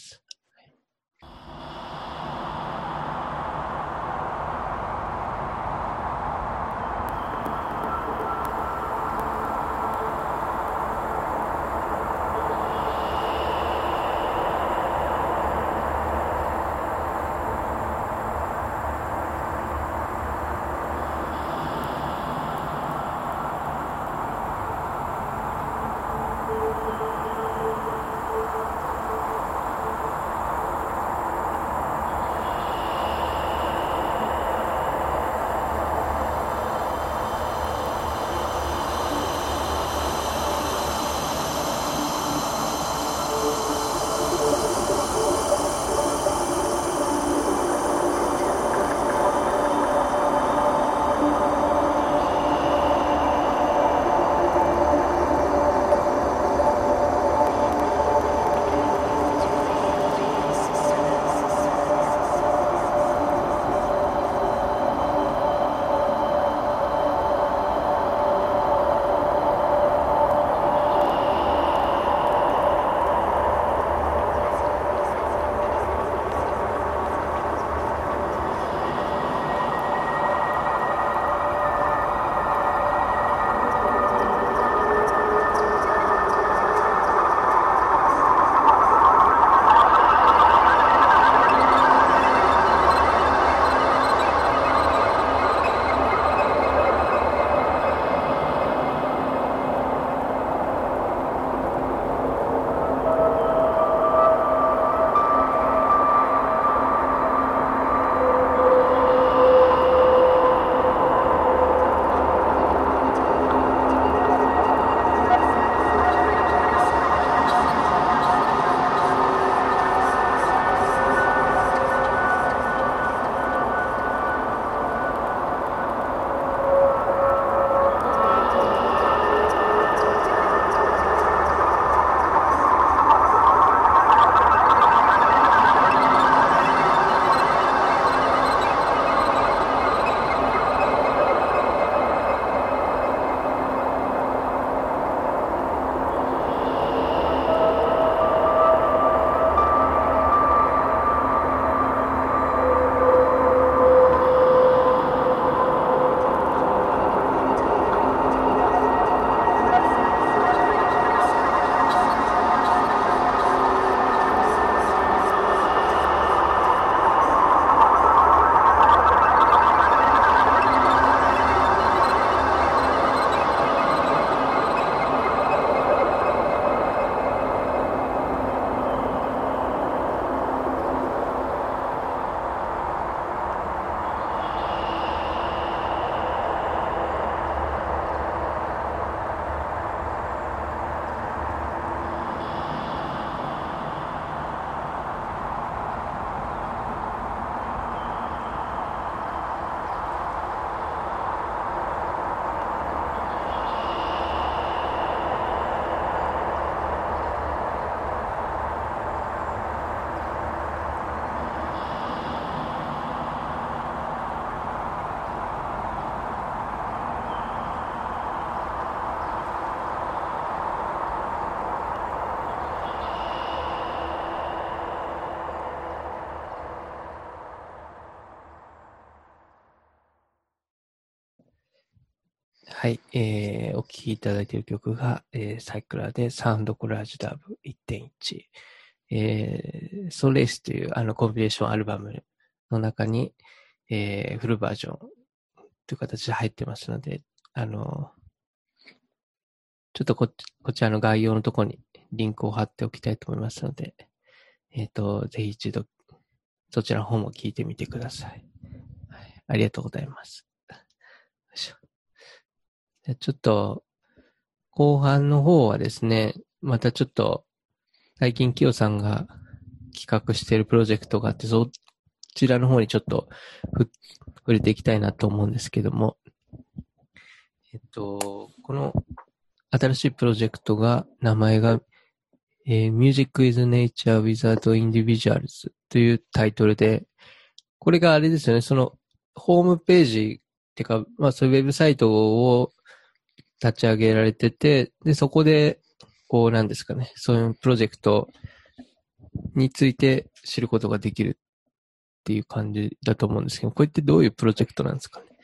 はい、えー、お聴きいただいている曲が、えー、サイクラでサウンドコラージュダブ いってんいち。えー、ソレースというあのコンビネーションアルバムの中に、えー、フルバージョンという形で入ってますので、あの、ちょっとこ、こちらの概要のところにリンクを貼っておきたいと思いますので、えっと、ぜひ一度、そちらの方も聞いてみてください。はい、ありがとうございます。よいしょ。じゃちょっと、後半の方はですね、またちょっと、最近キヨさんが企画しているプロジェクトがあって、そちらの方にちょっとふ触れていきたいなと思うんですけども、えっと、この新しいプロジェクトが、名前が、えー、Music is Nature Without Individuals というタイトルで、これがあれですよね、その、ホームページってか、まあそういうウェブサイトを立ち上げられてて、で、そこで、こうなんですかね、そういうプロジェクトについて知ることができるっていう感じだと思うんですけど、これってどういうプロジェクトなんですかね。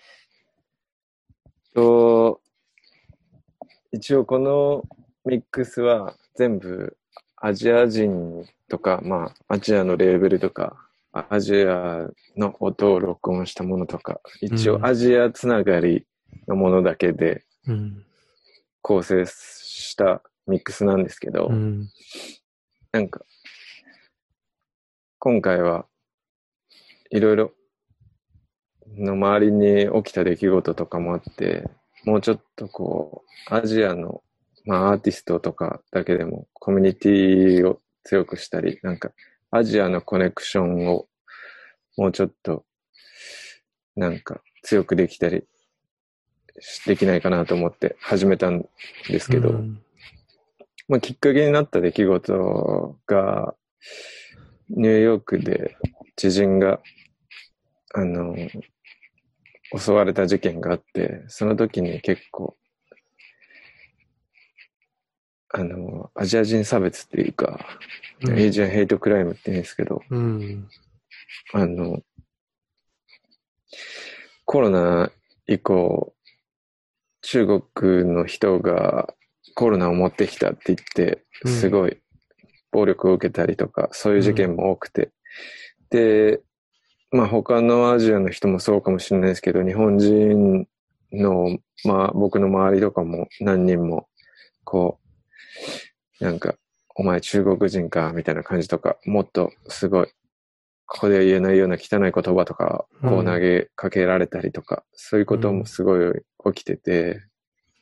と、一応このミックスは全部アジア人とか、まあアジアのレーベルとか、アジアの音を録音したものとか、一応アジアつながりのものだけで構成したミックスなんですけど、うん、なんか今回はいろいろの周りに起きた出来事とかもあって、もうちょっとこう、アジアの、まあアーティストとかだけでもコミュニティを強くしたり、なんかアジアのコネクションをもうちょっとなんか強くできたり、できないかなと思って始めたんですけど、うん、まあきっかけになった出来事が、ニューヨークで知人が、あの、襲われた事件があって、その時に結構、あの、アジア人差別っていうか、うん、エイジアンヘイトクライムって言うんですけど、うん、あの、コロナ以降、中国の人がコロナを持ってきたって言って、すごい暴力を受けたりとか、そういう事件も多くて、うん、で、まあ他のアジアの人もそうかもしれないですけど、日本人の、まあ僕の周りとかも何人も、こう、なんか、お前中国人か、みたいな感じとか、もっとすごい、ここで言えないような汚い言葉とか、こう投げかけられたりとか、うん、そういうこともすごい起きてて、うん、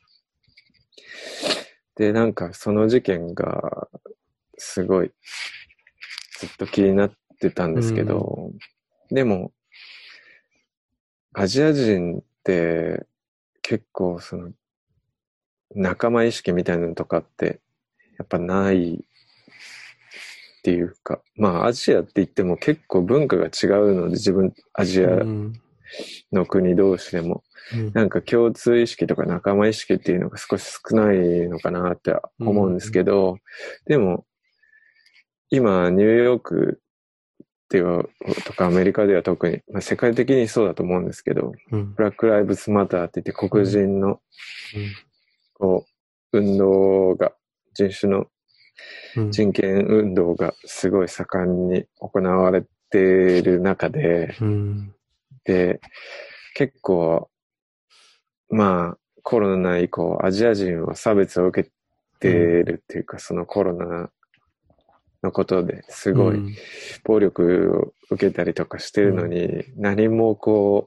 で、なんかその事件が、すごい、ずっと気になってたんですけど、うん、でも、アジア人って結構その仲間意識みたいなのとかってやっぱないっていうか、まあアジアって言っても結構文化が違うので、自分アジアの国同士でも、うん、なんか共通意識とか仲間意識っていうのが少し少ないのかなって思うんですけど、うん、でも今ニューヨークではとかアメリカでは特に、まあ、世界的にそうだと思うんですけど、うん、ブラック・ライブズ・マターって言って黒人の、こう、運動が、人種の人権運動がすごい盛んに行われている中で、うん、で、結構、まあ、コロナ以降、アジア人は差別を受けているっていうか、うん、そのコロナのことですごい暴力を受けたりとかしてるのに、うん、何もこ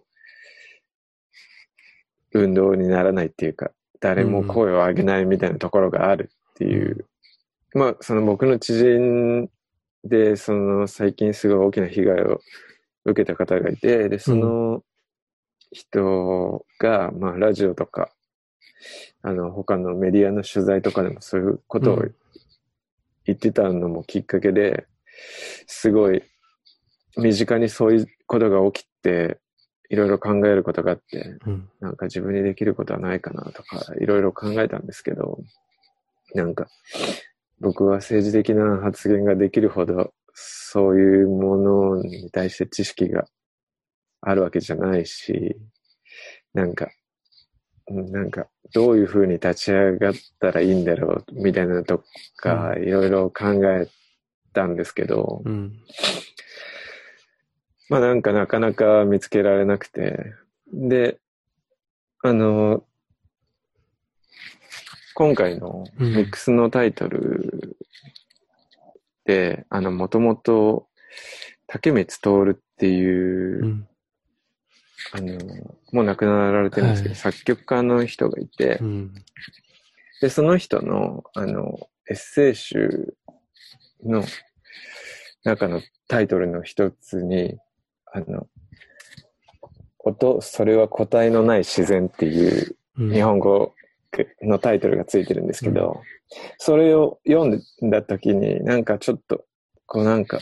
う運動にならないっていうか、誰も声を上げないみたいなところがあるっていう、うん、まあその僕の知人でその最近すごい大きな被害を受けた方がいて、でその人がまあラジオとかあの他のメディアの取材とかでもそういうことを言ってたのもきっかけで、すごい身近にそういうことが起きて、いろいろ考えることがあって、うん、なんか自分にできることはないかなとか、いろいろ考えたんですけど、なんか僕は政治的な発言ができるほど、そういうものに対して知識があるわけじゃないし、なんかなんか、どういう風に立ち上がったらいいんだろう、みたいなとか、いろいろ考えたんですけど、 うん、 まあなんかなかなか見つけられなくて、で、あの、今回のミックスのタイトルで、うん、あの、もともと、竹光徹っていう、うん、あの、もう亡くなられてるんですけど、はい、作曲家の人がいて、うん、で、その人の、あの、エッセイ集の中のタイトルの一つに、あの、音、それは個体のない自然っていう日本語のタイトルがついてるんですけど、うん、それを読んだ時になんかちょっと、こうなんか、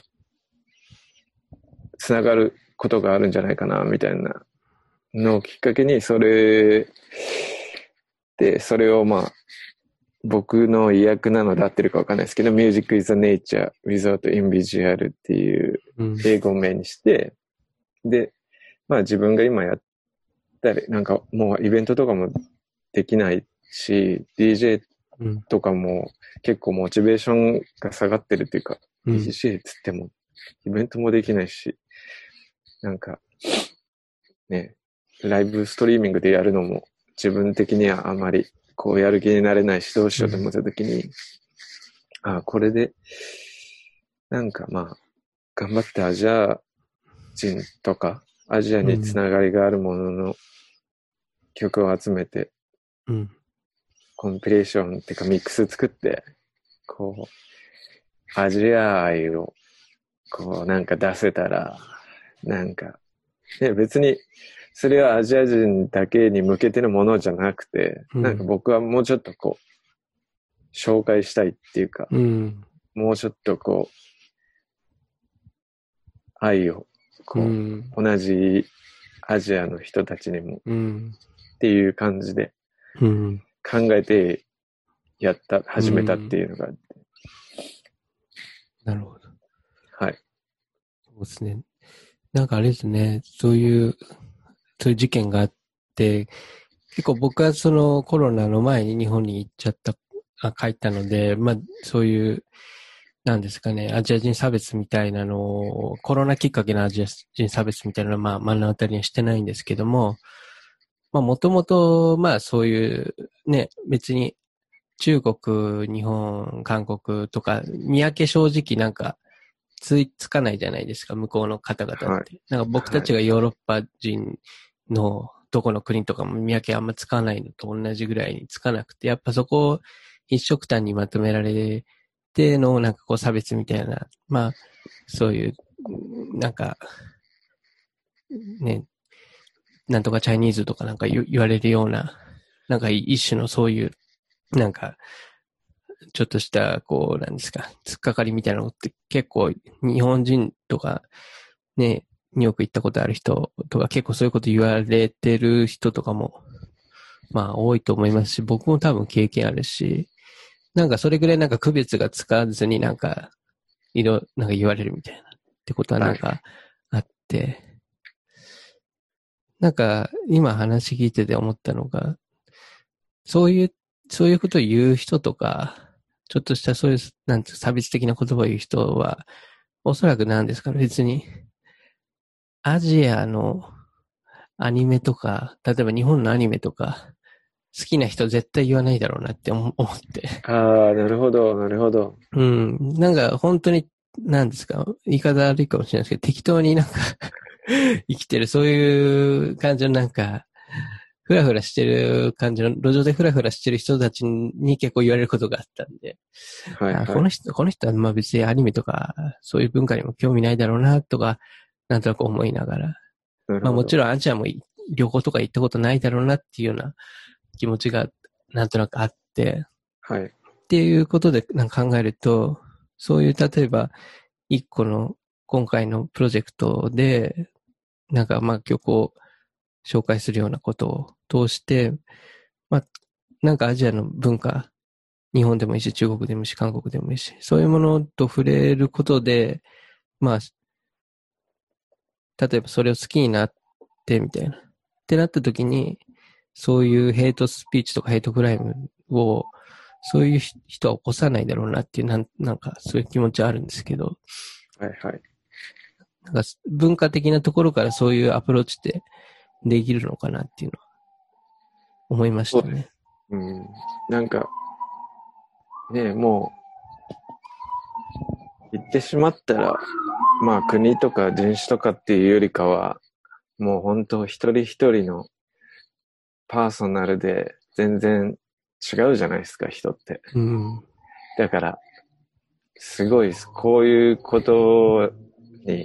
つながることがあるんじゃないかな、みたいなのをきっかけに、それで、それをまあ、僕の意訳なので合ってるかわかんないですけど、Music is a nature without individual っていう英語名にして、うん、で、まあ自分が今やったり、なんかもうイベントとかもできないし、ディージェー とかも結構モチベーションが下がってるっていうか、うん、ディージェー つってもイベントもできないし、なんか、ね、ライブストリーミングでやるのも自分的にはあまりこうやる気になれないし、どうしようと思った時に、うん、あ、これで、なんかまあ、頑張ってアジア人とか、アジアにつながりがあるものの曲を集めて、うん、コンピレーションっていうかミックス作って、こう、アジア愛を、こうなんか出せたら、なんか、ね、別に、それはアジア人だけに向けてのものじゃなくて、うん、なんか僕はもうちょっとこう、紹介したいっていうか、うん、もうちょっとこう、愛を、こう、うん、同じアジアの人たちにも、うん、っていう感じで、考えてやった、うん、始めたっていうのがあって。 なるほど。 はい。 そうですね。なんかあれですね、そういう、そういう事件があって、結構僕はそのコロナの前に日本に行っちゃった、あ帰ったので、まあそういう、なんですかね、アジア人差別みたいなのを、コロナきっかけのアジア人差別みたいなのはまあ目の当たりにはしてないんですけども、まあもともと、まあそういうね、別に中国、日本、韓国とか、見分け正直なんか、ついつかないじゃないですか、向こうの方々って。はい、なんか僕たちがヨーロッパ人のどこの国とかも見分けあんまつかないのと同じぐらいにつかなくて、やっぱそこを一色単にまとめられてのなんかこう差別みたいな、まあそういう、なんか、ね、なんとかチャイニーズとかなんか言われるような、なんか一種のそういう、なんか、ちょっとした、こう、なんですか、突っかかりみたいなのって結構日本人とかね、によく行ったことある人とか結構そういうこと言われてる人とかも、まあ多いと思いますし、僕も多分経験あるし、なんかそれぐらいなんか区別がつかずになんか、いろ、なんか言われるみたいなってことはなんかあって、はい、なんか今話聞いてて思ったのが、そういう、そういうことを言う人とか、ちょっとしたそういう、なんていう差別的な言葉を言う人は、おそらくなんですかね、別に、アジアのアニメとか、例えば日本のアニメとか、好きな人絶対言わないだろうなって思って。 ああ、なるほど、なるほど。 うん。なんか本当に、なんですか、言い方悪いかもしれないですけど、適当になんか生きてる、そういう感じのなんか、ふらふらしてる感じの、路上でふらふらしてる人たちに結構言われることがあったんで、 はいはい、 あこの人、この人はまあ別にアニメとか、そういう文化にも興味ないだろうな、とか、なんとなく思いながら。まあもちろんアジアも旅行とか行ったことないだろうなっていうような気持ちがなんとなくあって、 はい。 っていうことでなんか考えると、そういう例えば一個の今回のプロジェクトで、なんかまあ曲を紹介するようなことを通して、まあなんかアジアの文化、日本でもいいし、中国でもいいし、韓国でもいいし、そういうものと触れることで、まあ、例えばそれを好きになってみたいな。ってなった時に、 そういうヘイトスピーチとかヘイトクライムを、そういう人は起こさないだろうなっていう、なん、なんかそういう気持ちはあるんですけど、 はいはい。 なんか文化的なところからそういうアプローチってできるのかなっていうのは思いましたね。 うん。なんか、ね、もう、言ってしまったら、まあ国とか人種とかっていうよりかは、もう本当一人一人のパーソナルで全然違うじゃないですか、人って。 うん。 だから、すごい、こういうことに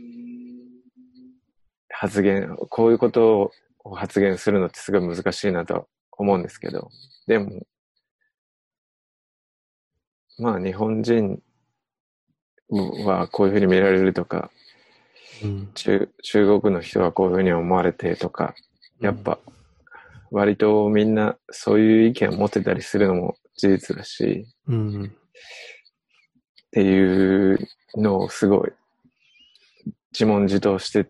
発言、こういうことを発言するのってすごい難しいなと思うんですけど、でも、まあ日本人はこういうふうに見られるとか、 うん、 中、中国の人はこういうふうに思われてとか、やっぱ、割とみんなそういう意見を持ってたりするのも事実だし、 うん、 っていうのをすごい自問自答してって、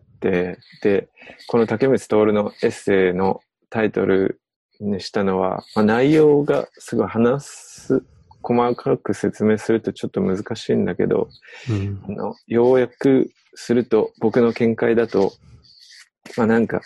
で、この竹光徹のエッセイのタイトルにしたのは、まあ、内容がすごい話す、細かく説明するとちょっと難しいんだけど、 うん、 あの要約すると僕の見解だと、まあなんか、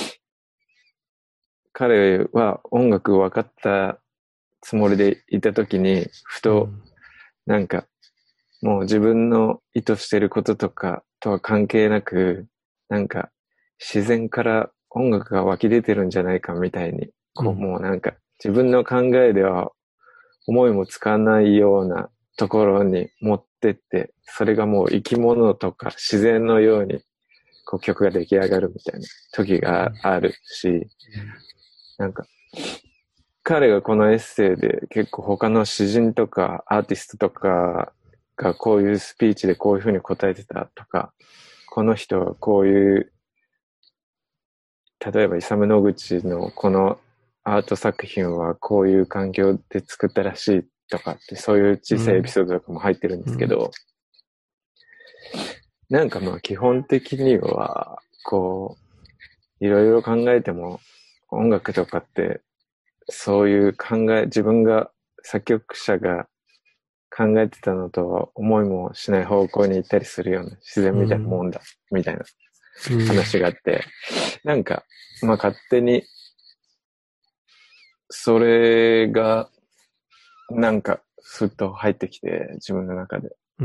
彼は音楽を分かったつもりでいたときに、ふと、なんか、もう自分の意図してることとかとは関係なく、なんか、自然から音楽が湧き出てるんじゃないかみたいに、こう、もうなんか、自分の考えでは思いもつかないようなところに持ってって、それがもう生き物とか自然のように、こう曲が出来上がるみたいな時があるし、なんか、彼がこのエッセイで結構他の詩人とかアーティストとかがこういうスピーチでこういうふうに答えてたとか、この人はこういう、例えばイサム・ノグチのこのアート作品はこういう環境で作ったらしいとかって、そういう小さいエピソードとかも入ってるんですけど、うん、なんかまあ基本的には、こう、いろいろ考えても音楽とかってそういう考え、自分が作曲者が考えてたのとは思いもしない方向に行ったりするような自然みたいなもんだ、うん、みたいな話があって、うん、なんか、まあ勝手に、それが、なんか、ふっと入ってきて、自分の中で。うん、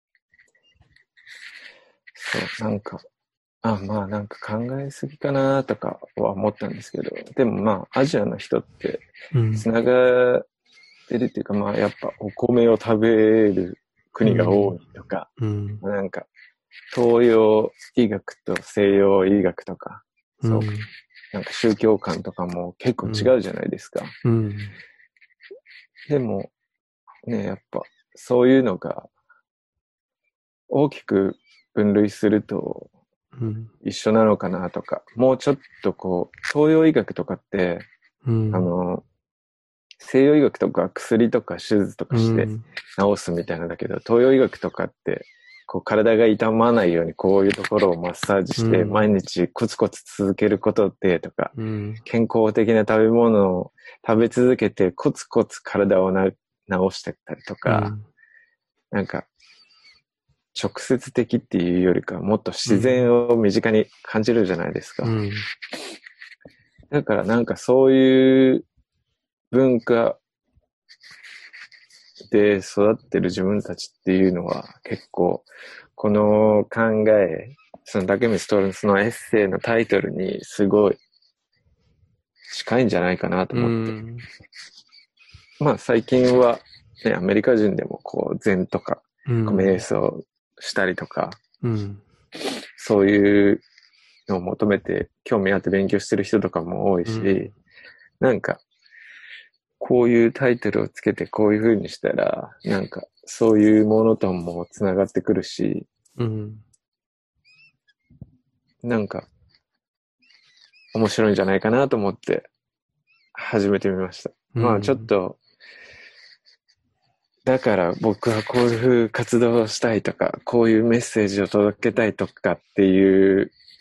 そう、なんか、あ、まあなんか考えすぎかなとかは思ったんですけど、でもまあアジアの人って、つながってるっていうか、まあやっぱお米を食べる国が多いとか、うんうん、なんか東洋医学と西洋医学とか、そう、うん、なんか宗教観とかも結構違うじゃないですか。うんうん、でもね、やっぱそういうのが大きく分類すると一緒なのかなとか、もうちょっとこう、東洋医学とかって、うん、あの、西洋医学とか薬とか手術とかして治すみたいなんだけど、うん、東洋医学とかって、こう体が痛まないようにこういうところをマッサージして毎日コツコツ続けることでとか、うん、健康的な食べ物を食べ続けてコツコツ体をな治していったりとか、うん、なんか直接的っていうよりかもっと自然を身近に感じるじゃないですか。うん、だからなんかそういう文化で育ってる自分たちっていうのは結構この考え、その竹光徹のエッセイのタイトルにすごい近いんじゃないかなと思って。うん、まあ最近は、ね、アメリカ人でもこう禅とか、うん、瞑想したりとか、うん、そういうのを求めて興味あって勉強してる人とかも多いし、うん、なんかこういうタイトルをつけてこういう風にしたら、なんかそういうものともつながってくるし、うん、なんか面白いんじゃないかなと思って始めてみました。うん、まあちょっと、だから僕はこういう活動をしたいとか、こういうメッセージを届けたいとかっていう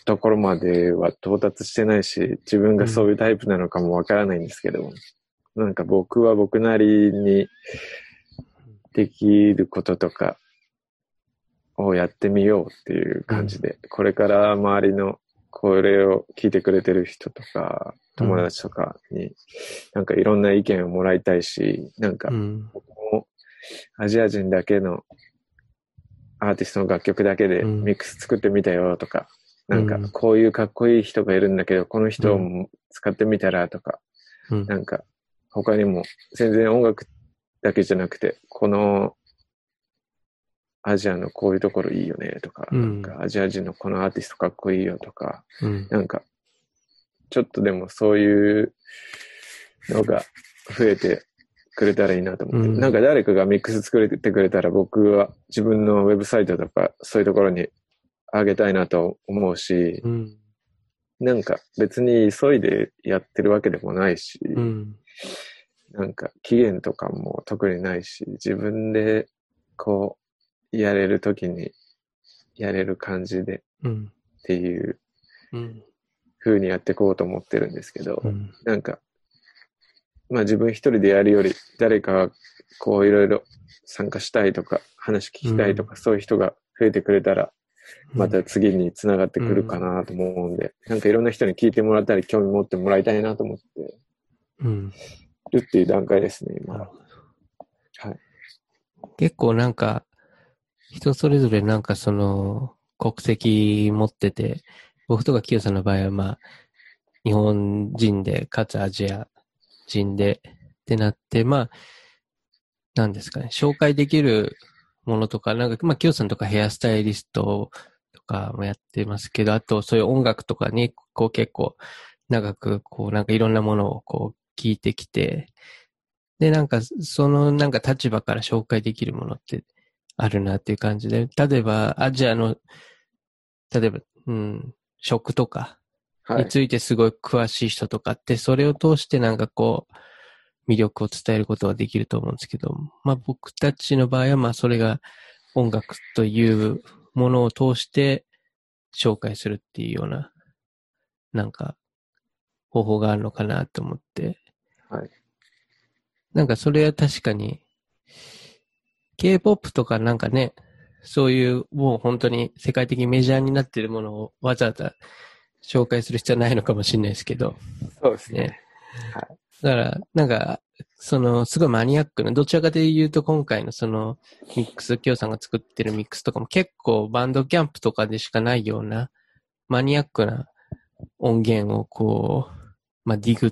ところまでは到達してないし、自分がそういうタイプなのかもわからないんですけど、うん、なんか僕は僕なりにできることとかをやってみようっていう感じで、うん、これから周りのこれを聞いてくれてる人とか、友達とかに、なんかいろんな意見をもらいたいし、なんか僕もアジア人だけのアーティストの楽曲だけでミックス作ってみたよとか、うん、なんかこういうかっこいい人がいるんだけど、この人を使ってみたらとか、うん、なんか他にも全然音楽だけじゃなくて、このアジアのこういうところいいよねとか、うん、なんかアジア人のこのアーティストかっこいいよとか、うん、なんかちょっとでもそういうのが増えてくれたらいいなと思って、うん、なんか誰かがミックス作れてくれたら僕は自分のウェブサイトとかそういうところにあげたいなと思うし、うん、なんか別に急いでやってるわけでもないし、うん、なんか期限とかも特にないし、自分でこうやれるときにやれる感じでっていう風にやっていこうと思ってるんですけど、うん、なんかまあ自分一人でやるより誰かがこういろいろ参加したいとか話聞きたいとか、うん、そういう人が増えてくれたらまた次につながってくるかなと思うんで、うん、なんかいろんな人に聞いてもらったり興味持ってもらいたいなと思ってるっていう段階ですね、今は。はい。 結構なんか人それぞれなんかその国籍持ってて、僕とかキヨさんの場合はまあ日本人でかつアジア人でってなって、まあ、なんですかね、紹介できるものとか、なんか、まあ、キヨさんとかヘアスタイリストとかもやってますけど、あとそういう音楽とかに、こう結構長く、こうなんかいろんなものをこう聞いてきて、で、なんかそのなんか立場から紹介できるものってあるなっていう感じで、例えばアジアの、例えば、うん、食とかについてすごい詳しい人とかって、それを通してなんかこう、魅力を伝えることができると思うんですけど、まあ僕たちの場合はまあそれが音楽というものを通して紹介するっていうようななんか方法があるのかなと思って、 はい、 なんかそれは確かに K-ポップ とかなんかね、そういうもう本当に世界的にメジャーになっているものをわざわざ紹介する必要はないのかもしれないですけど、 そうですね。ね、はい。 だから、なんか、その、すごいマニアックな、どちらかというと今回のその、ミックス、キヨさんが作ってるミックスとかも結構バンドキャンプとかでしかないような、マニアックな音源をこう、まあ、ディグって、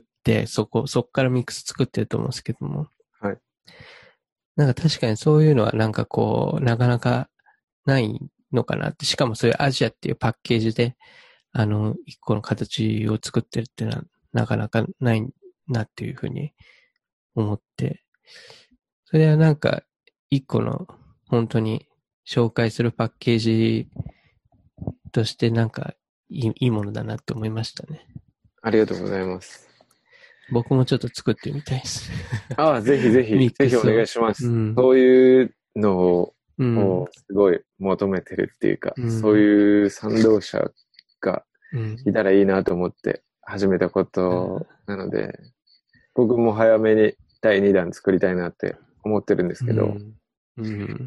そこ、そこからミックス作ってると思うんですけども。 はい。 なんか確かにそういうのはなんかこう、なかなかないのかなって、しかもそういうアジアっていうパッケージで、あの、一個の形を作ってるっていうのは、なかなかないなっていうふうに思って、それはなんか一個の本当に紹介するパッケージとしてなんかいい、いいものだなって思いましたね。 ありがとうございます。 僕もちょっと作ってみたいです。 ああ、ぜひぜひ、ぜひお願いします。うん、そういうのを、うん、すごい求めてるっていうか、うん、そういう賛同者がいたらいいなと思って始めたことなので、うん、僕も早めにだいにだん作りたいなって思ってるんですけど、うんうん、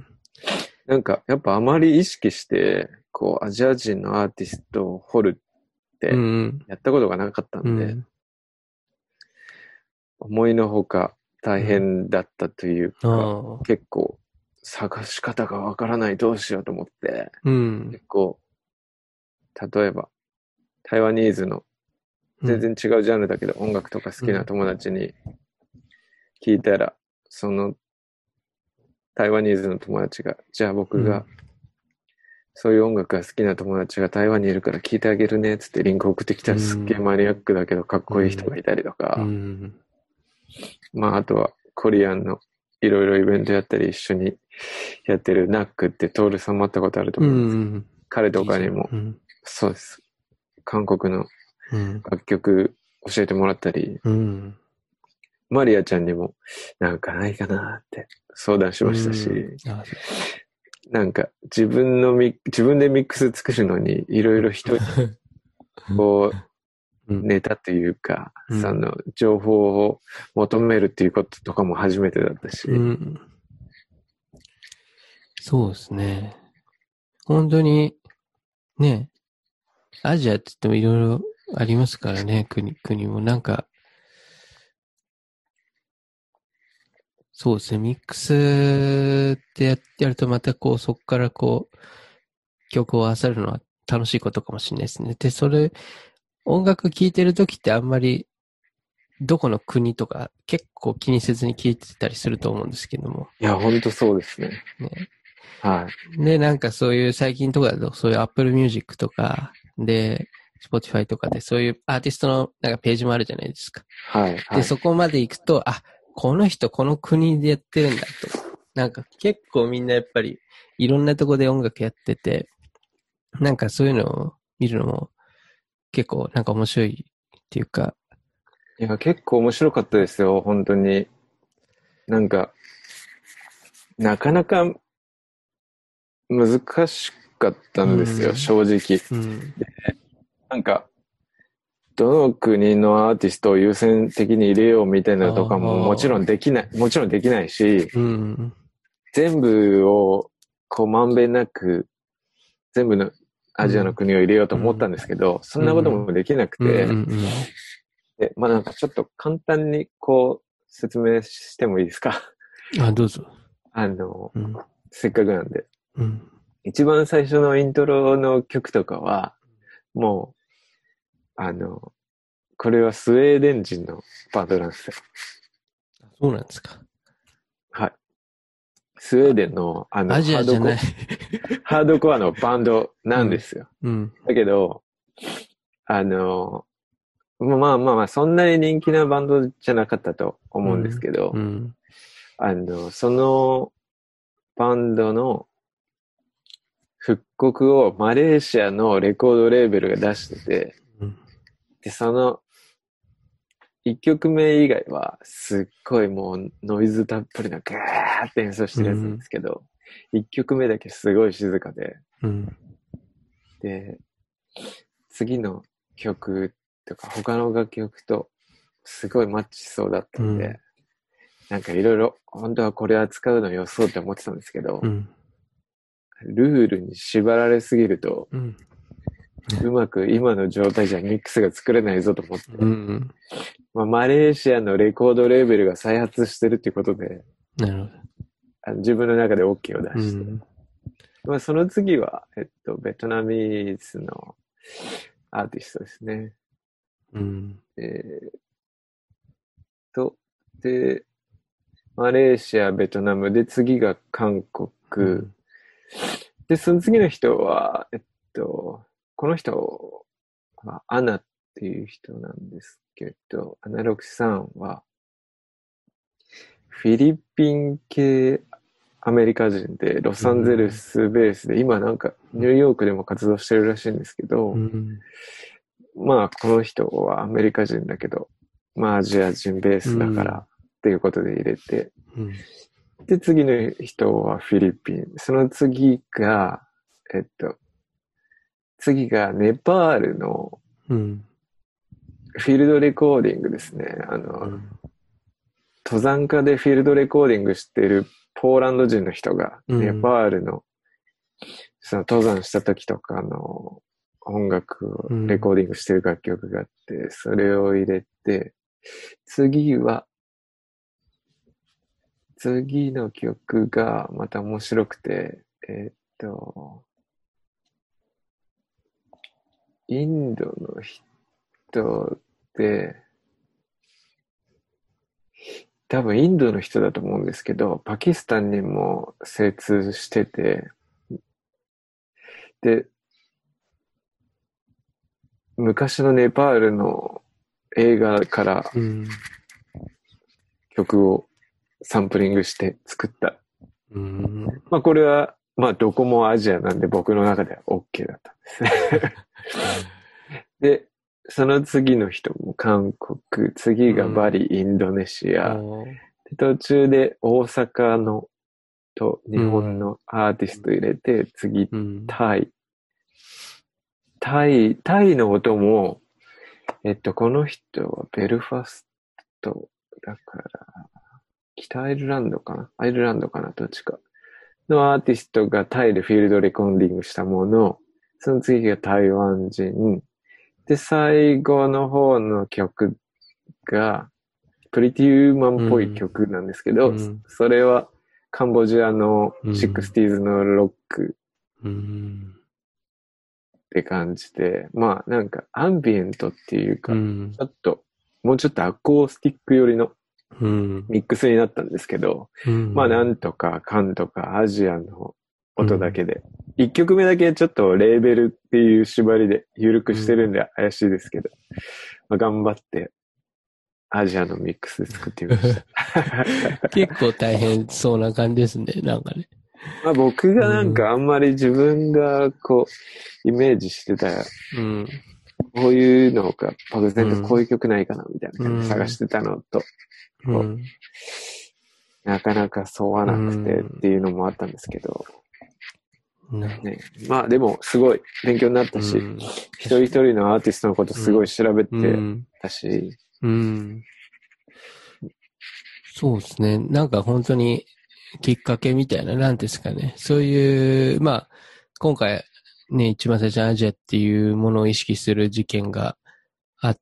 なんかやっぱあまり意識してこうアジア人のアーティストを掘るってやったことがなかったんで、うん、思いのほか大変だったというか、うん、結構探し方がわからないどうしようと思って、うん、結構例えば台湾ニーズの全然違うジャンルだけど、うん、音楽とか好きな友達に聞いたら、その台湾ニーズの友達が、じゃあ僕が、そういう音楽が好きな友達が台湾にいるから聞いてあげるねっつってリンク送ってきたらすっげえマニアックだけどかっこいい人がいたりとか、うん、まああとはコリアンのいろいろイベントやったり一緒にやってるナックってトールさんも会ったことあると思うんですけど、うん、彼とかにも、うん、そうです。韓国の楽曲教えてもらったり、うん、マリアちゃんにもなんかないかなって相談しましたし、うん、なんか自分のミ自分でミックス作るのにいろいろ人にこう、ネタというか、うん、その、情報を求めるっていうこととかも初めてだったし。うん、 そうですね。本当に、ね、アジアって言ってもいろいろありますからね、国、国もなんか、そうですね、ミックスってややるとまたこう、そこからこう、曲を漁るのは楽しいことかもしれないですね。で、それ、音楽聴いてるときってあんまり、どこの国とか結構気にせずに聴いてたりすると思うんですけども。 いや、ほんとそうですね。ね。はい。 で、なんかそういう最近とかだと、そういう Apple Music とか、で、Spotify とかでそういうアーティストのなんかページもあるじゃないですか。 はい。はい、 で、そこまで行くと、あ、この人この国でやってるんだと。なんか結構みんなやっぱりいろんなとこで音楽やってて、なんかそういうのを見るのも結構なんか面白いっていうか。 いや、結構面白かったですよ、本当に。なんか、なかなか難しかったんですよ、うん、正直、うん。で。なんか、どの国のアーティストを優先的に入れようみたいなのとかももちろんできない、もちろんできないし、うん、全部をこうまんべんなく全部のアジアの国を入れようと思ったんですけど、うん、そんなこともできなくて、うんうんうん、で、まあなんかちょっと簡単にこう説明してもいいですか？ あ、どうぞ。 あの、うん、せっかくなんで、 うん。 一番最初のイントロの曲とかは、もう、あの、これはスウェーデン人のバンドなんですよ。 そうなんですか。 はい。スウェーデンの、あの、 アジアじゃないハードコアのバンドなんですよ。 うんうん、 だけど、あの、まあまあまあ、そんなに人気なバンドじゃなかったと思うんですけど、うんうん、あの、そのバンドの復刻をマレーシアのレコードレーベルが出してて、うん、で、その一曲目以外はすっごいもうノイズたっぷりなガーって演奏してるやつなんですけど、一、うん、曲目だけすごい静かで、うん、で、次の曲とか他の楽曲とすごいマッチしそうだったんで、うん、なんかいろいろ本当はこれ扱うの予想って思ってたんですけど、うん、ルールに縛られすぎると、うん、うまく今の状態じゃミックスが作れないぞと思って、うんまあ、マレーシアのレコードレーベルが再発してるっていうことで、 なるほど。 あの自分の中で OK を出して、うんまあ、その次は、えっと、ベトナミーズのアーティストですね。うんえー、と、で、マレーシア、ベトナムで、次が韓国、うん、で、その次の人は、えっと、この人はアナっていう人なんですけど、アナログさんは、フィリピン系アメリカ人で、ロサンゼルスベースで、今なんかニューヨークでも活動してるらしいんですけど、うん、まあこの人はアメリカ人だけど、まあアジア人ベースだからっていうことで入れて、うん、で次の人はフィリピン、その次が、えっと、次がネパールのフィールドレコーディングですね。あの、うん、登山家でフィールドレコーディングしているポーランド人の人が、ネパールの、その登山した時とかの音楽をレコーディングしてる楽曲があって、それを入れて、次は、次の曲がまた面白くて、えー、っと、インドの人で、多分インドの人だと思うんですけど、パキスタンにも精通してて、で、昔のネパールの映画から曲をサンプリングして作った。うん、まあこれは、まあどこもアジアなんで僕の中では OK だったんですね。で、その次の人も韓国、次がバリ、インドネシア、うん、で途中で大阪のと日本のアーティスト入れて、次、タイ。 タイ、タイの音も、えっと、この人はベルファストだから、北アイルランドかなアイルランドかなどっちか。のアーティストがタイでフィールドレコーディングしたもの、その次が台湾人、で、最後の方の曲が、プリティウーマンっぽい曲なんですけど、うん、それはカンボジアのシックスティーズのロックって感じで、まあなんかアンビエントっていうか、うん、ちょっと、もうちょっとアコースティック寄りのミックスになったんですけど、うん、まあなんとかカンとかアジアの音だけで、一、うん、曲目だけちょっとレーベルっていう縛りで緩くしてるんで怪しいですけど、まあ、頑張ってアジアのミックスで作ってみました。 結構大変そうな感じですね、なんかね。 まあ僕がなんかあんまり自分がこう、イメージしてた、うん、こういうのが漠然とこういう曲ないかなみたいな感じで探してたのと、うんうん、なかなか沿わなくてっていうのもあったんですけど、うんね、まあでもすごい勉強になったし、うん、一人一人のアーティストのことすごい調べてたし、うんうん、 そうですね。なんか本当にきっかけみたいな、なんですかね。そういう、まあ、今回ね、一番最初にアジアっていうものを意識する事件があって、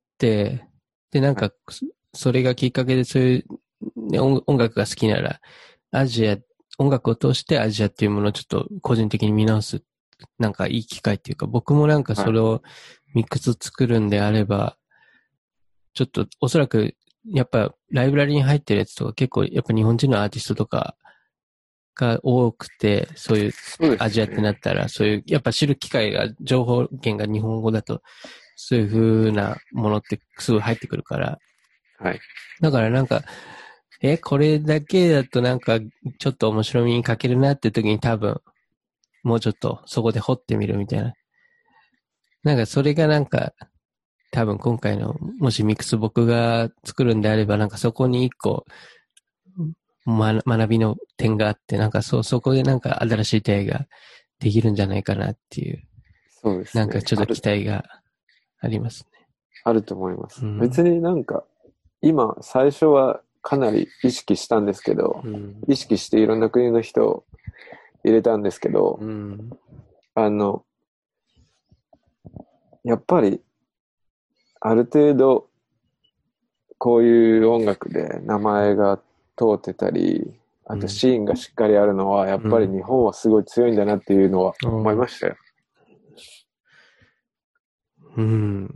で、なんか、はい、それがきっかけでそういう、ね、音楽が好きなら、アジア、音楽を通してアジアっていうものをちょっと個人的に見直す、なんかいい機会っていうか、僕もなんかそれをミックス作るんであれば、はい、ちょっとおそらく、やっぱライブラリに入ってるやつとか結構やっぱ日本人のアーティストとかが多くて、そういうアジアってなったら、そういう、やっぱ知る機会が、情報源が日本語だと、そういう風なものってすぐ入ってくるから。 はい。 だからなんか、え、これだけだとなんか、ちょっと面白みに欠けるなって時に多分、もうちょっとそこで掘ってみるみたいな。なんかそれがなんか、多分今回の、もしミックス僕が作るんであれば、なんかそこに一個、ま、学びの点があって、なんかそう、そこでなんか新しい出会いができるんじゃないかなっていう。 そうですね。 なんかちょっと期待がありますね。 あると思います。うん、別になんか、今、最初はかなり意識したんですけど、うん、意識していろんな国の人を入れたんですけど、うん、あの、やっぱり、ある程度、こういう音楽で名前が通ってたり、あとシーンがしっかりあるのは、やっぱり日本はすごい強いんだなっていうのは思いましたよ。 うん。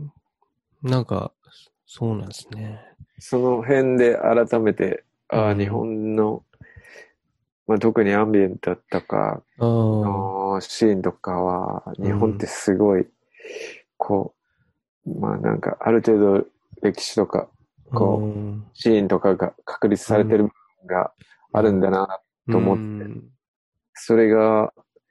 なんか、そうなんですね。 その辺で改めて、ああ、うん、日本の、まあ、特にアンビエントとかのシーンとかは、日本ってすごい、うん、こう、まあなんかある程度歴史とか、こう、うん、シーンとかが確立されてる部分があるんだなと思って、うん、それが、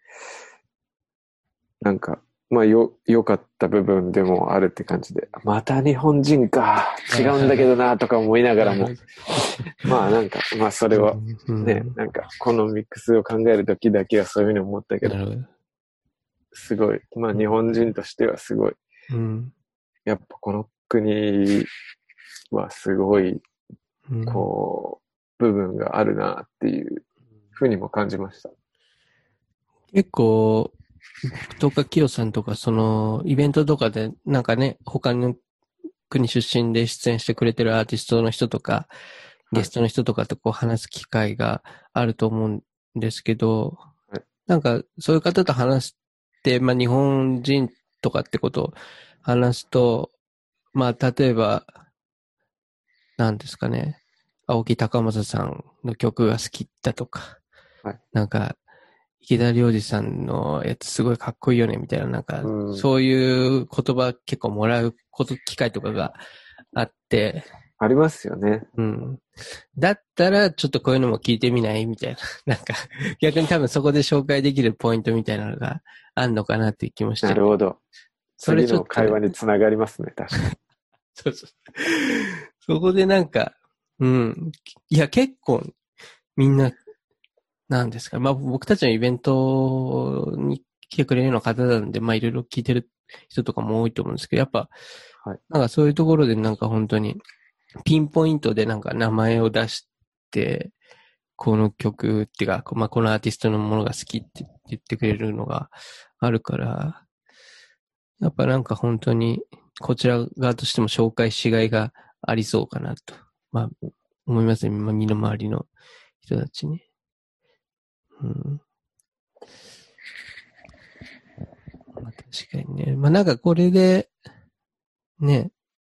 なんか、まあよ、良かった部分でもあるって感じで、また日本人か、違うんだけどなとか思いながらも、まあなんか、まあそれはね、なんかこのミックスを考えるときだけはそういうふうに思ったけど、すごい、まあ日本人としてはすごい、うん、やっぱこの国はすごい、こう、部分があるなっていうふうにも感じました。 結構、とか、キヨさんとか、その、イベントとかで、なんかね、他の国出身で出演してくれてるアーティストの人とか、ゲストの人とかとこう話す機会があると思うんですけど、はい、なんか、そういう方と話して、まあ、日本人とかってことを話すと、まあ、例えば、なんですかね、青木高政さんの曲が好きだとか、はい、なんか、池田良二さんのやつすごいかっこいいよねみたいな、なんか、うん、そういう言葉結構もらうこと、機会とかがあって。 ありますよね。 うん。だったら、ちょっとこういうのも聞いてみないみたいな。なんか、逆に多分そこで紹介できるポイントみたいなのがあんのかなっていう気もして。 なるほど。それちょっと、ね、次の会話につながりますね、確かに。 そうそう。そこでなんか、うん。いや、結構、みんな、なんですか。まあ僕たちのイベントに来てくれるような方なんで、まあいろいろ聞いてる人とかも多いと思うんですけど、やっぱ、 はい、 なんかそういうところでなんか本当に、ピンポイントでなんか名前を出して、この曲っていうか、まあこのアーティストのものが好きって言ってくれるのがあるから、やっぱなんか本当に、こちら側としても紹介しがいがありそうかなと、まあ思いますね。まあ身の回りの人たちに。うん。まあ確かにね。まあなんかこれで、ね、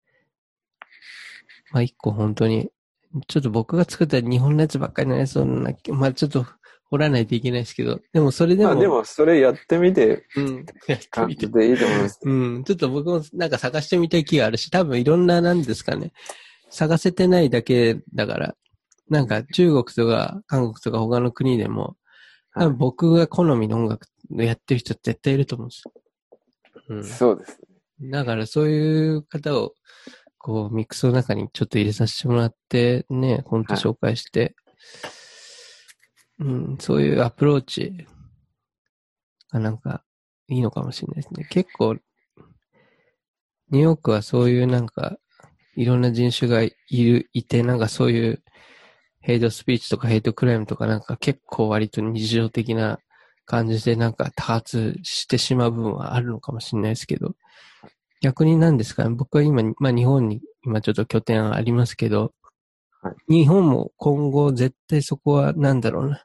まあ一個本当に、ちょっと僕が作った日本のやつばっかりのやつをな、まあちょっと掘らないといけないですけど、でもそれでも。 まあでもそれやってみて、 うん。やってみて。 でいいと思います。 うん。ちょっと僕もなんか探してみたい気があるし、多分いろんななんですかね。探せてないだけだから、なんか中国とか韓国とか他の国でも、多分僕が好みの音楽やってる人絶対いると思うんですよ。うん。 そうです。 だからそういう方を、こうミックスの中にちょっと入れさせてもらってね、ほんと紹介して、はい、うん、そういうアプローチがなんかいいのかもしれないですね。結構、ニューヨークはそういうなんか、いろんな人種がいる、いて、なんかそういうヘイトスピーチとかヘイトクライムとかなんか結構割と日常的な感じでなんか多発してしまう部分はあるのかもしれないですけど、逆に何ですかね、僕は今、まあ日本に今ちょっと拠点ありますけど、はい、日本も今後絶対そこはなんだろうな。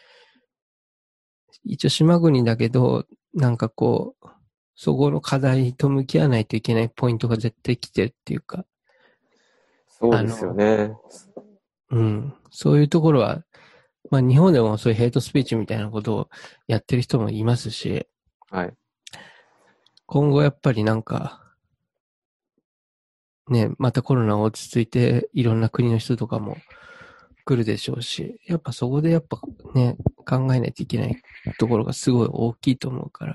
一応島国だけど、なんかこう、そこの課題と向き合わないといけないポイントが絶対来てるっていうか。 そうですよね。 うん。そういうところは、まあ日本でもそういうヘイトスピーチみたいなことをやってる人もいますし、 はい。 今後やっぱりなんか、ね、またコロナが落ち着いて、いろんな国の人とかも来るでしょうし、やっぱそこでやっぱね、考えないといけないところがすごい大きいと思うから、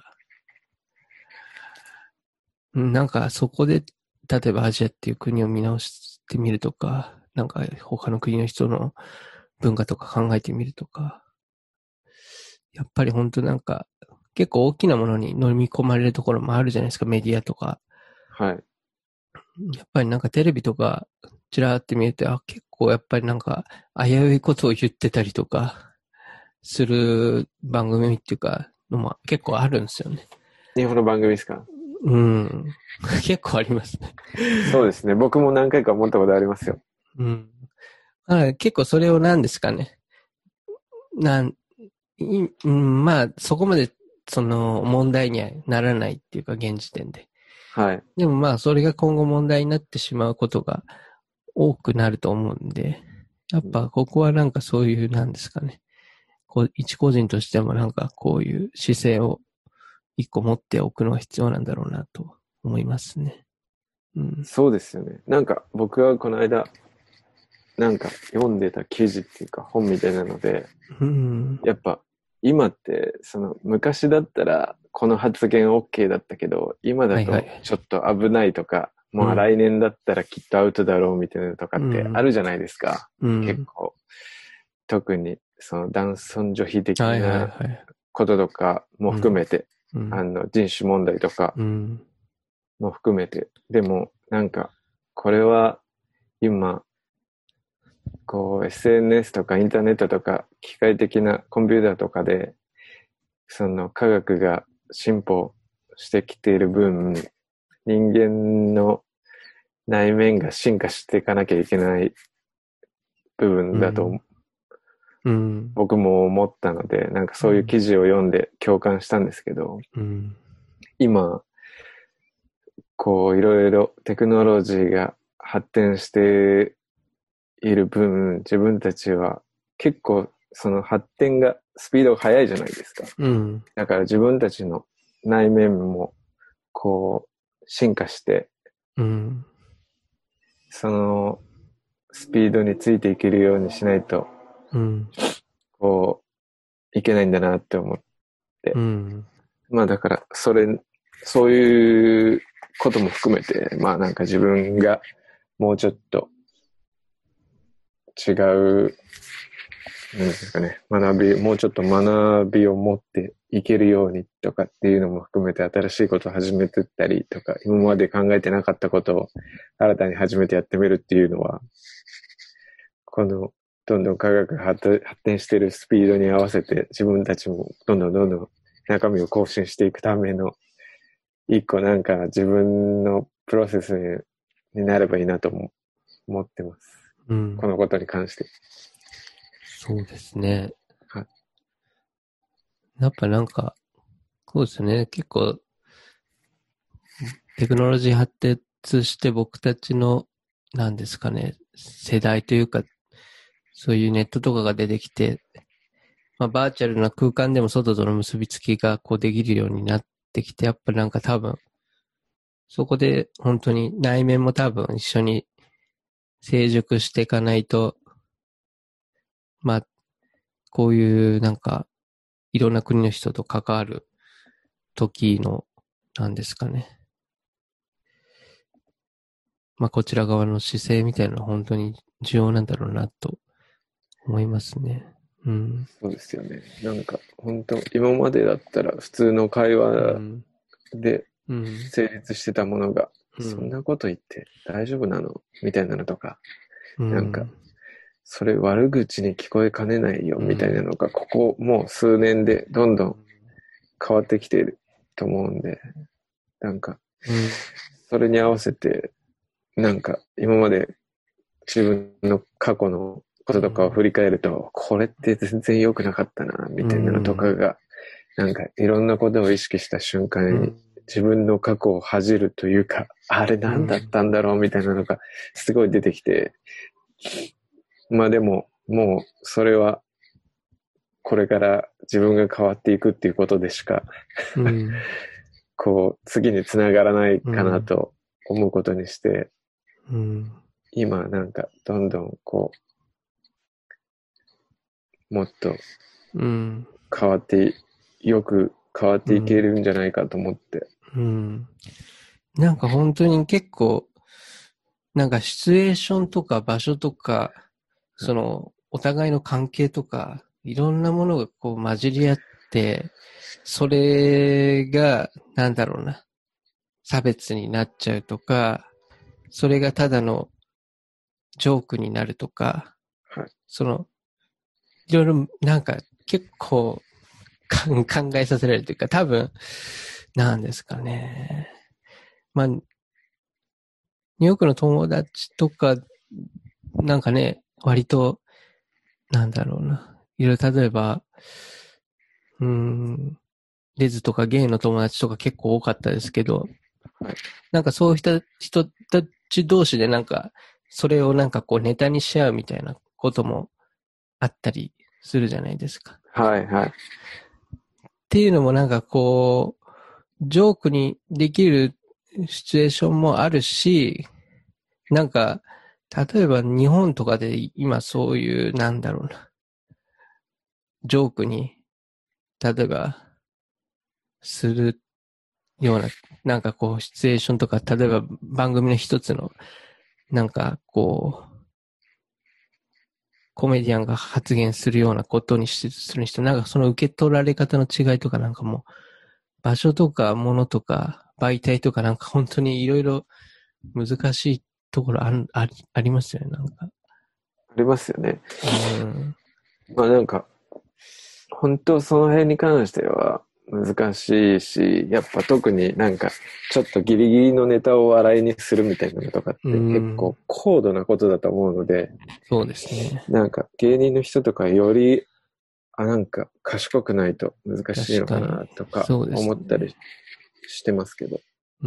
なんかそこで、例えばアジアっていう国を見直してみるとか、なんか他の国の人の文化とか考えてみるとか、やっぱり本当なんか結構大きなものに飲み込まれるところもあるじゃないですか、メディアとか。 はい。 やっぱりなんかテレビとかちらーって見えて、あ、結構やっぱりなんか危ういことを言ってたりとかする番組っていうかのも結構あるんですよね。 日本の番組ですか？ うん。結構ありますね。 そうですね。僕も何回か思ったことありますよ。 うん。だから結構それを何ですかね。なん、いうん、まあそこまでその問題にはならないっていうか現時点で。 はい。 でもまあそれが今後問題になってしまうことが多くなると思うんで、やっぱここはなんかそういうなんですかね。こう一個人としてもなんかこういう姿勢を一個持っておくのが必要なんだろうなと思いますね。うん、 そうですよね。なんか僕はこの間なんか読んでた記事っていうか本みたいなので、 うん、 やっぱ今ってその昔だったらこの発言 OK だったけど、今だとちょっと危ないとか、はいはい、もう来年だったらきっとアウトだろうみたいなのとかってあるじゃないですか。うん、結構。特にその男尊女卑的なこととかも含めて、あの人種問題とかも含めて、でもなんかこれは今こう エスエヌエス とかインターネットとか機械的なコンピューターとかでその科学が進歩してきている分、人間の内面が進化していかなきゃいけない部分だと、うんうん、僕も思ったので、なんかそういう記事を読んで共感したんですけど、うん、今こういろいろテクノロジーが発展している分、自分たちは結構その発展がスピードが速いじゃないですか。うん、だから自分たちの内面もこう進化して、うん、そのスピードについていけるようにしないと、うん、こういけないんだなって思って、うん、まあだからそれそういうことも含めて、まあなんか自分がもうちょっと違うなんですかね、学び、もうちょっと学びを持っていけるようにとかっていうのも含めて新しいことを始めてったりとか、今まで考えてなかったことを新たに初めてやってみるっていうのは、このどんどん科学が発展しているスピードに合わせて自分たちもどんどんどんどん中身を更新していくための一個なんか自分のプロセスになればいいなと思ってます。 うん。 このことに関して。 そうですね。 はい。 やっぱなんか、そうですね。結構、テクノロジー発達して僕たちの、なんですかね、世代というか、そういうネットとかが出てきて、まあ、バーチャルな空間でも外との結びつきがこうできるようになってきて、やっぱなんか多分、そこで本当に内面も多分一緒に成熟していかないと、まあ、こういうなんか、いろんな国の人と関わる時の、なんですかね。まあ、こちら側の姿勢みたいなのは本当に重要なんだろうなと思いますね。うん。 そうですよね。なんか、本当今までだったら普通の会話で成立してたものが、うん、そんなこと言って大丈夫なのみたいなのとか、うん、なんか、それ悪口に聞こえかねないよみたいなのが、ここもう数年でどんどん変わってきていると思うんで、なんか、それに合わせて、なんか今まで自分の過去のこととかを振り返ると、これって全然良くなかったな、みたいなのとかが、なんかいろんなことを意識した瞬間に、自分の過去を恥じるというか、あれ何だったんだろうみたいなのがすごい出てきて、まあでも、もうそれは、これから自分が変わっていくっていうことでしか、うん、こう、次につながらないかなと思うことにして、うん、今なんかどんどんこう、もっと変わって、うん、よく変わっていけるんじゃないかと思って。 うん。うん、なんか本当に結構、なんかシチュエーションとか場所とか、その、お互いの関係とか、いろんなものがこう混じり合って、それが、なんだろうな、差別になっちゃうとか、それがただのジョークになるとか、 はい、 その、いろいろなんか結構考えさせられるというか、多分、なんですかね。まあ、ニューヨークの友達とか、なんかね、割と、なんだろうな。いろいろ例えば、うーん、レズとかゲイの友達とか結構多かったですけど、はい、なんかそうした人たち同士でなんか、それをなんかこうネタにし合うみたいなこともあったりするじゃないですか。 はいはい。 っていうのもなんかこう、ジョークにできるシチュエーションもあるし、なんか、例えば日本とかで今そういう、なんだろうな、ジョークに、例えば、するような、なんかこう、シチュエーションとか、例えば番組の一つの、なんかこう、コメディアンが発言するようなことにするにして、なんかその受け取られ方の違いとかなんかもう、場所とか物とか媒体とかなんか本当にいろいろ難しいところああり、ありますよね、なんか。 ありますよね。 うん。 まあなんか、本当その辺に関しては難しいし、やっぱ特になんかちょっとギリギリのネタを笑いにするみたいなのとかって結構高度なことだと思うので、 そうですね。 なんか芸人の人とかより、あ、なんか賢くないと難しいのかなとか思ったりしてますけど。 うん。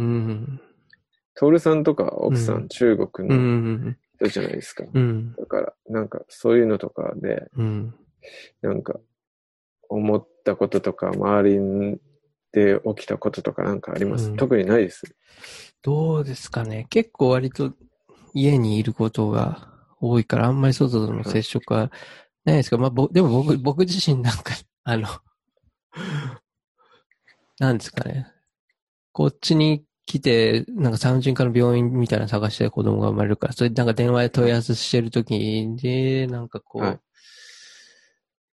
トールさんとか奥さん、うん、中国の人じゃないですか。 うん、 だからなんかそういうのとかで、うん、なんか思ったこととか周りで起きたこととかなんかあります、うん、特にないです。 どうですかね。結構割と家にいることが多いからあんまり外との接触はないですか。まあ、ぼでも僕、僕自身なんか、あの、なんですかね。こっちに来て、なんか産婦人科の病院みたいなの探して子供が生まれるから、それでなんか電話で問い合わせしてるときに、なんかこう、はい、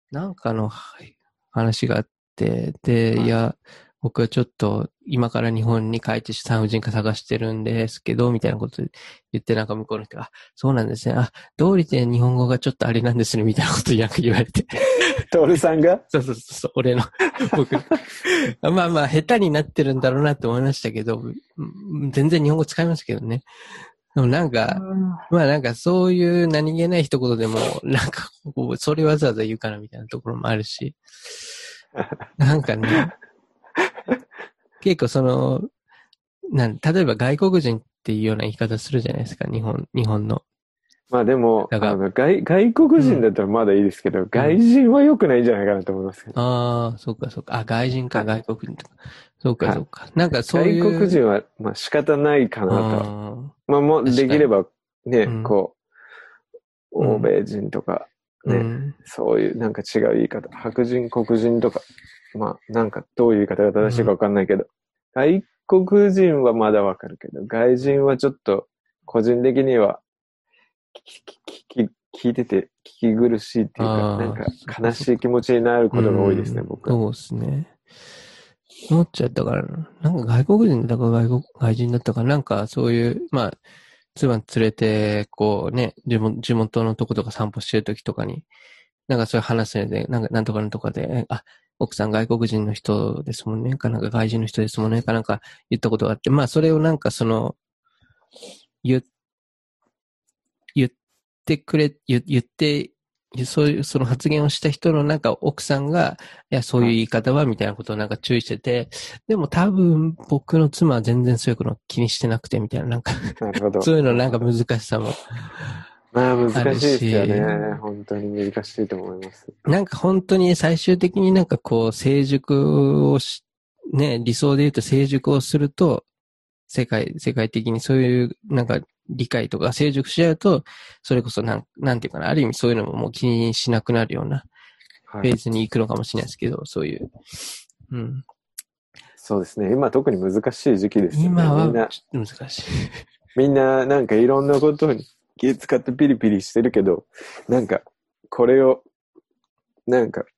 なんかの話があって、で、はい、いや、僕はちょっと今から日本に帰って産婦人科探してるんですけど、みたいなこと言って、なんか向こうの人が、あ、そうなんですね。あ、道理で日本語がちょっとあれなんですね、みたいなことなんか言われて。 トールさんがそうそうそう、俺の、僕。まあまあ、下手になってるんだろうなって思いましたけど、全然日本語使いますけどね。でもなんか、まあなんかそういう何気ない一言でも、なんか、それわざわざ言うかなみたいなところもあるし、なんかね、結構その、なん例えば外国人っていうような言い方するじゃないですか、日本、日本の。 まあでも、あの外、外国人だったらまだいいですけど、うん、外人は良くないんじゃないかなと思いますけど。 ああ、そうかそうか。あ、外人か、はい、外国人とか。そうかそうか。 はい、 なんかそういう。 外国人は、まあ仕方ないかなと。まあもうできればね、うん、こう、欧米人とか、ね、うん、そういうなんか違う言い方。白人、黒人とか、まあなんかどういう言い方が正しいかわかんないけど、うん、外国人はまだわかるけど、外人はちょっと個人的には、聞, 聞, 聞いてて聞き苦しいっていうか、なんか悲しい気持ちになることが多いですね、僕は。 そうですね。思っちゃったから、なんか外国人だったか外国、外人だったか、なんかそういう、まあ、妻連れて、こうね、地元、地元のとことか散歩してる時とかに、なんかそういう話すので、なんかなんとかなんとかで、あ、奥さん外国人の人ですもんね、かなんか外人の人ですもんね、かなんか言ったことがあって、まあそれをなんかその、言、言ってくれ、言、言って、そういう、その発言をした人のなんか奥さんが、いや、そういう言い方は、みたいなことをなんか注意してて、でも多分僕の妻は全然そういうの気にしてなくて、みたいな、なんかなるほど。 そういうのなんか難しさも。 まあ難しいですよね。本当に難しいと思います。 なんか本当に最終的になんかこう、成熟をし、ね、理想で言うと成熟をすると、世界、世界的にそういうなんか理解とか成熟しちゃうと、それこそなん、なんていうかな、ある意味そういうのももう気にしなくなるようなフェーズに行くのかもしれないですけど、はい、そういう。うん。 そうですね。今特に難しい時期ですよね。 今はちょっと難しい。 みんななんかいろんなことに気使ってピリピリしてるけど、なんかこれを、なんか、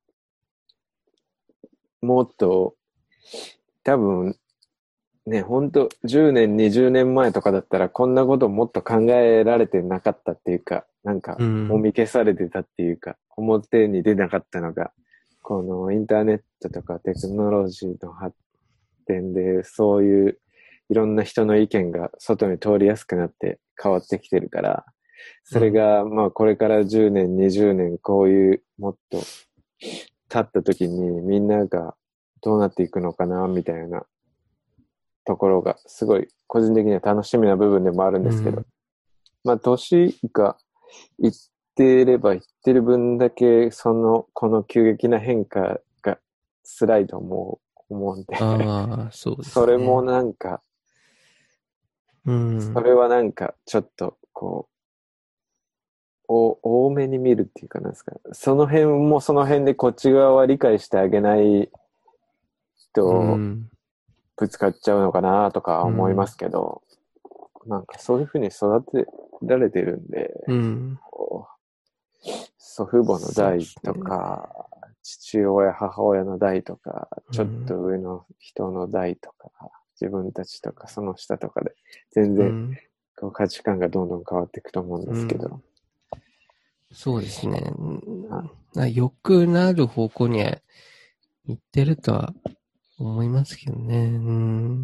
もっと、多分、ね、ほんとじゅうねん、にじゅうねんまえとかだったらこんなこともっと考えられてなかったっていうか、なんか、もみ消されてたっていうか、うん、表に出なかったのが、このインターネットとかテクノロジーの発展で、そういういろんな人の意見が外に通りやすくなって変わってきてるから、それが、まあこれからじゅうねん、にじゅうねん、こういうもっと経った時にみんながどうなっていくのかな、みたいなところがすごい個人的には楽しみな部分でもあるんですけど、うん、まあ年がいってればいってる分だけそのこの急激な変化が辛いと思う思うんで、 ああ、そうですね。 それもなんか、うん、それはなんかちょっとこうお多めに見るっていうかなんですか、その辺もその辺でこっち側は理解してあげないと、うんぶつかっちゃうのかなとか思いますけど、うん、なんかそういうふうに育てられてるんで、うん、祖父母の代とか、ね、父親母親の代とか、ちょっと上の人の代とか、うん、自分たちとかその下とかで全然こう価値観がどんどん変わっていくと思うんですけど、うん、 そうですね。良くなる方向には行ってるとは思いますけどね。うん、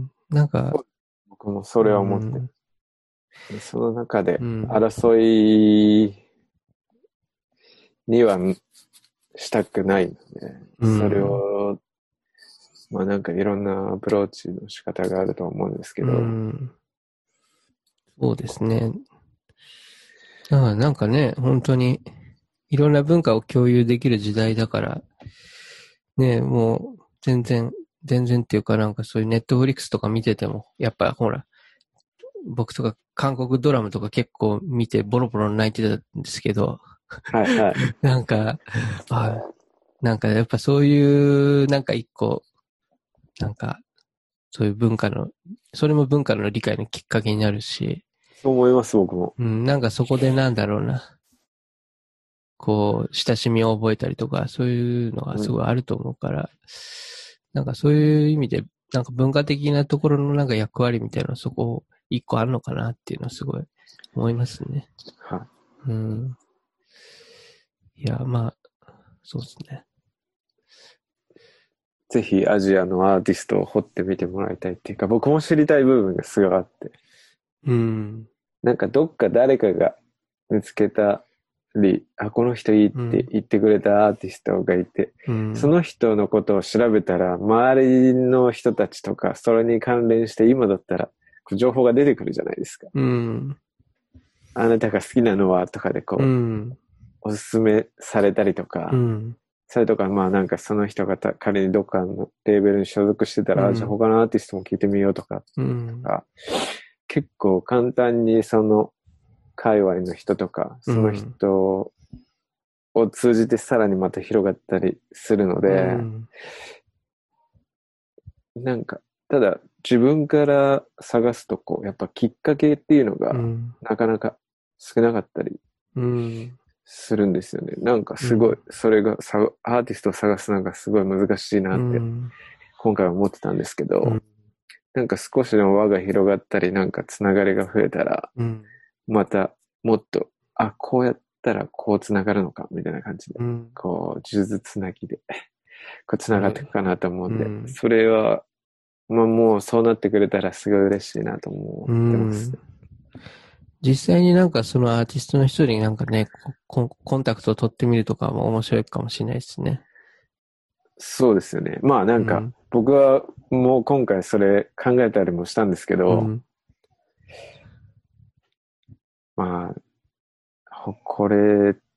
なんか。 僕もそれは思って、うん、その中で争いにはしたくないので、うん、それを、まあなんかいろんなアプローチの仕方があると思うんですけど。うん、 そうですね。だからなんかね、本当にいろんな文化を共有できる時代だから、ね、もう全然、全然っていうかなんかそういうネットフリックスとか見てても、やっぱほら、僕とか韓国ドラマとか結構見てボロボロ泣いてたんですけど、 はいはい。 なんか、あ、なんかやっぱそういうなんか一個、なんかそういう文化の、それも文化の理解のきっかけになるし、 そう思います僕も。 うん、なんかそこでなんだろうな、 こう、親しみを覚えたりとか、そういうのがすごいあると思うから、うん、なんかそういう意味で、なんか文化的なところのなんか役割みたいなのそこ一個あるのかなっていうのはすごい思いますね。 はい。 うん。いや、まあ、そうですね。 ぜひアジアのアーティストを掘ってみてもらいたいっていうか、僕も知りたい部分がすごいあって。 うん。 なんかどっか誰かが見つけたり、あ、この人いいって言ってくれたアーティストがいて、うん、その人のことを調べたら、周りの人たちとか、それに関連して今だったら情報が出てくるじゃないですか。 うん、 あなたが好きなのはとかでこう、うん、おすすめされたりとか、うん、それとかまあなんかその人が仮にどっかのレーベルに所属してたら、うん、じゃあ他のアーティストも聞いてみようとか、うん、結構簡単にその界隈の人とか、その人を通じてさらにまた広がったりするので、うん、なんか、ただ自分から探すとこう、やっぱきっかけっていうのがなかなか少なかったりするんですよね。うん、なんかすごい、それがさ、アーティストを探すのがすごい難しいなって今回は思ってたんですけど、うん、なんか少しでも輪が広がったり、なんかつながりが増えたら、うんまたもっと、あ、こうやったらこう繋がるのか、みたいな感じで、うん、こう、数珠つなぎで、こう繋がっていくかなと思うんで、うん、それは、まあもうそうなってくれたらすごい嬉しいなと思ってます、ねうん。実際になんかそのアーティストの人になんかね、コン、コンタクトを取ってみるとかも面白いかもしれないですね。 そうですよね。まあなんか、うん、僕はもう今回それ考えたりもしたんですけど、うんまあ、これって、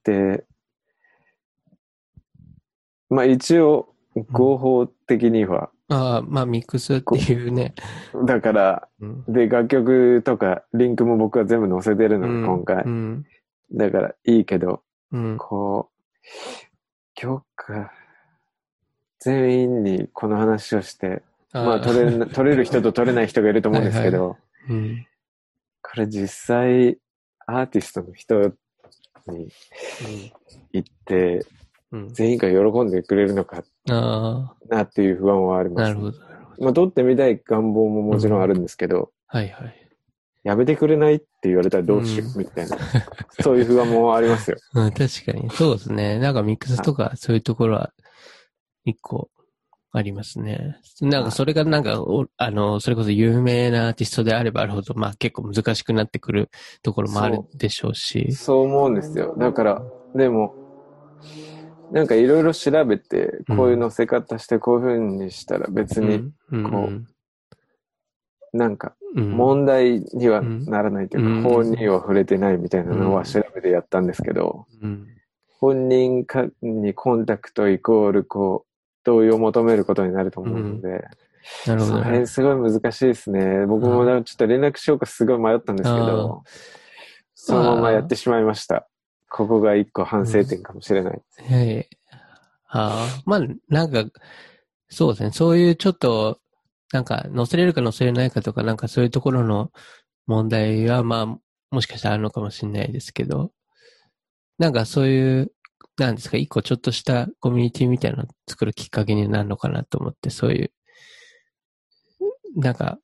まあ一応合法的には、 うん、ああ、まあミックスっていうね。 だから、うん、で、楽曲とかリンクも僕は全部載せてるので、うん、今回、うん。だからいいけど、うん、こう、許可、全員にこの話をして、あまあ取れ、取れる人と取れない人がいると思うんですけど、はいはいうん、これ実際アーティストの人に行って、うん、全員が喜んでくれるのかなっていう不安はあります、ね。なるほど。まあ撮ってみたい願望ももちろんあるんですけど、うん、 はいはい。 やめてくれないって言われたらどうしよう、うん、みたいな。そういう不安もありますよ。 うん、確かに。そうですね。なんかミックスとかそういうところは一個ありますね。なんかそれがなんか、あの、それこそ有名なアーティストであればあるほど、まあ結構難しくなってくるところもあるでしょうし。 そう、そう思うんですよ。だから、でも、なんかいろいろ調べて、こういう載せ方してこういう風にしたら別に、こう、うんうんなんか、問題にはならないというか、法には触れてないみたいなのは調べてやったんですけど、本人かにコンタクトイコール、こう、同意を求めることになると思うので、なるほど。その辺すごい難しいですね。僕もちょっと連絡しようかすごい迷ったんですけど、そのままやってしまいました。ここが一個反省点かもしれない。 うん、はい。ああ、まあ、なんか、そうですね。そういうちょっと、なんか、載せれるか載せれないかとか、なんかそういうところの問題は、まあ、もしかしたらあるのかもしれないですけど、なんかそういう、なんですか、一個ちょっとしたコミュニティみたいなのを作るきっかけになるのかなと思って、そういう、なんか、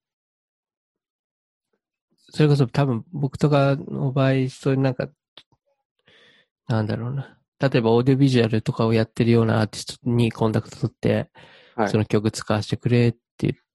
それこそ多分僕とかの場合、そういうなんか、なんだろうな。例えばオーディオビジュアルとかをやってるようなアーティストにコンタクト取って、はい、その曲使わせてくれって言って、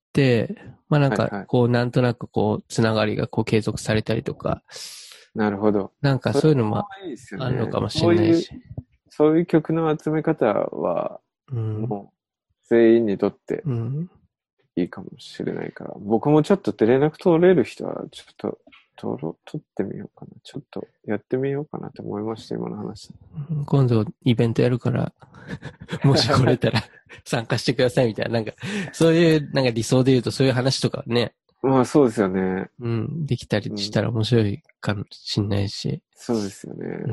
まあなんか、こう、なんとなくこう、つながりがこう継続されたりとか。 なるほど。 なんかそういうのもあるのかもしれないし。 そういう、そういう曲の集め方は、もう、全員にとって、いいかもしれないから、うん、僕もちょっと連絡取れる人は、ちょっと、取ろ、取ってみようかな。ちょっとやってみようかなと思いました、今の話。 今度イベントやるから、もし来れたら参加してくださいみたいな、なんか、そういう、なんか理想で言うとそういう話とかね。 まあそうですよね。 うん、できたりしたら面白いかもしんないし。うん、 そうですよね。うん、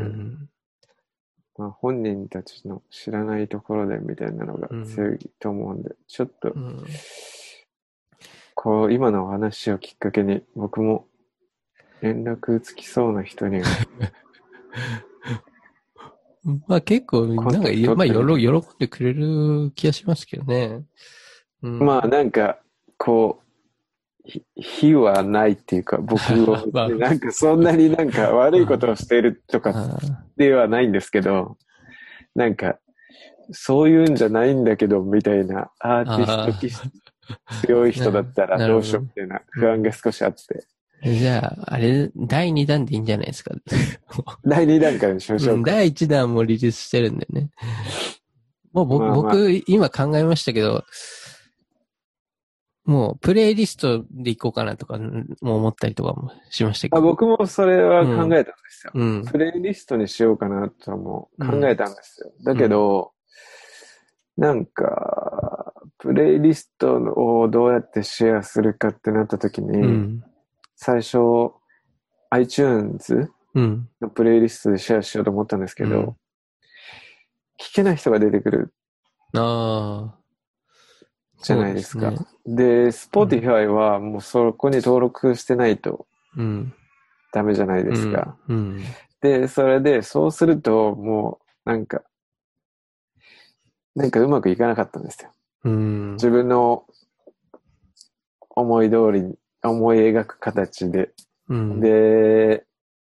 まあ本人たちの知らないところでみたいなのが強いと思うんで、うん、ちょっと、うん、こう、今のお話をきっかけに僕も連絡つきそうな人にはまあ結構、なんか、まあ喜んでくれる気がしますけどね。 うん、まあなんか、こう、非はないっていうか、僕を、まあ、なんかそんなになんか悪いことをしているとかではないんですけど、なんか、そういうんじゃないんだけど、みたいなアーティスト気質強い人だったらどうしようみたいな不安が少しあって。 じゃあ、あれ、だいにだんでいいんじゃないですか。 だいにだんからにしましょうか。 だいいちだんもリリースしてるんでね。もう僕、まあまあ、僕、今考えましたけど、もう、プレイリストでいこうかなとか、も思ったりとかもしましたけど。 あ、僕もそれは考えたんですよ、 うん。 プレイリストにしようかなとも考えたんですよ。うん、だけど、うん、なんか、プレイリストをどうやってシェアするかってなった時に、うん、最初、iTunes のプレイリストでシェアしようと思ったんですけど、うん、聞けない人が出てくる。 ああ。 じゃないですか。で、Spotify はもうそこに登録してないとダメじゃないですか。 うんうん、 で、それで、そうするともうなんか、なんかうまくいかなかったんですよ。 うん、 自分の思い通りに、思い描く形で。 うん、 で、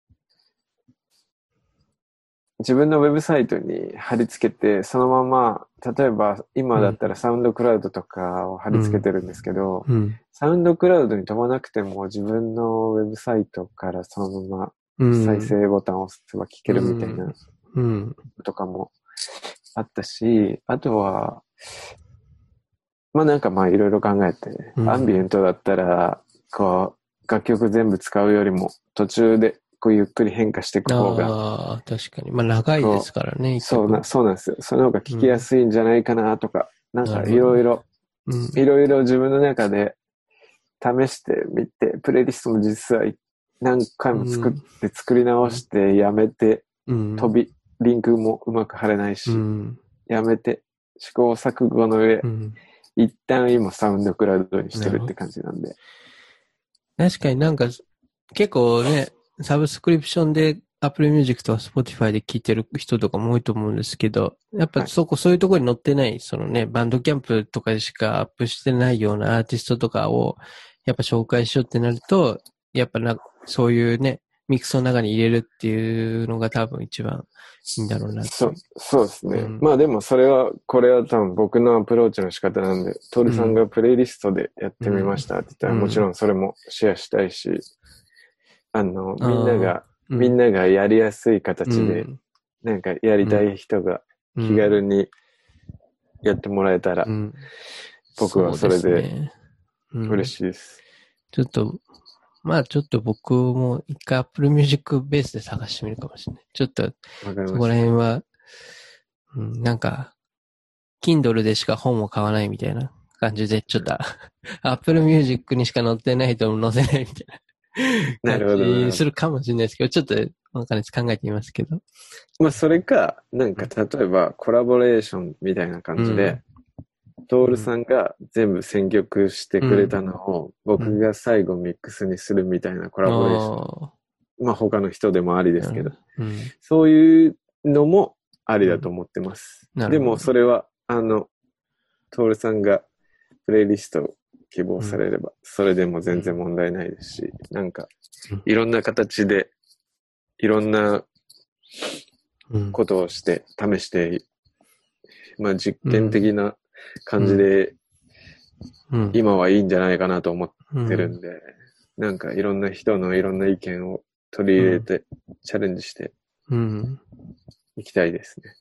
自分のウェブサイトに貼り付けて、そのまま、例えば今だったらサウンドクラウドとかを貼り付けてるんですけど、 うんうん、 サウンドクラウドに飛ばなくても自分のウェブサイトからそのまま再生ボタンを押せば聞けるみたいなとかもあったし、あとは、まあなんかまあいろいろ考えて、うん、アンビエントだったら、こう、楽曲全部使うよりも途中でこうゆっくり変化していく方が。 ああ、確かに。まあ長いですからね。 そうな、そうなんですよ。その方が聞きやすいんじゃないかなとか、うん、なんかいろいろ、いろいろ自分の中で試してみて、プレイリストも実は何回も作って作り直してやめて、うん、飛び、リンクもうまく貼れないし、うん、やめて、試行錯誤の上、うん、一旦今サウンドクラウドにしてるって感じなんで。 確かになんか結構ね、サブスクリプションで Apple Music とか Spotify で聴いてる人とかも多いと思うんですけど、やっぱそこ、はい、そういうところに載ってない、そのね、バンドキャンプとかでしかアップしてないようなアーティストとかをやっぱ紹介しようってなると、やっぱな、そういうね、ミックスの中に入れるっていうのが多分一番いいんだろうなって。 そう、そうですね。うん、まあでもそれは、これは多分僕のアプローチの仕方なんで、トールさんがプレイリストでやってみましたって言ったら、うん、もちろんそれもシェアしたいし、あの、みんなが、みんながやりやすい形で、うん、なんかやりたい人が気軽にやってもらえたら、うん、僕はそれで嬉しいです。 ちょっと、まあちょっと僕も一回 Apple Music ベースで探してみるかもしれない。ちょっと、そこら辺は、うん、なんか、Kindle でしか本を買わないみたいな感じで、ちょっと、Apple Music にしか載ってないと載せないみたいな。なるほど。するかもしれないですけど、ちょっと、わかんないです。考えてみますけど。 まあ、それか、なんか、例えば、コラボレーションみたいな感じで、うん、トールさんが全部選曲してくれたのを、僕が最後ミックスにするみたいなコラボレーション。うん、まあ、他の人でもありですけど、うん、そういうのもありだと思ってます。うん、でも、それは、あの、トールさんがプレイリストを希望されれば、それでも全然問題ないですし、なんか、いろんな形で、いろんなことをして、試して、まあ実験的な感じで、今はいいんじゃないかなと思ってるんで、なんかいろんな人のいろんな意見を取り入れて、チャレンジしていきたいですね。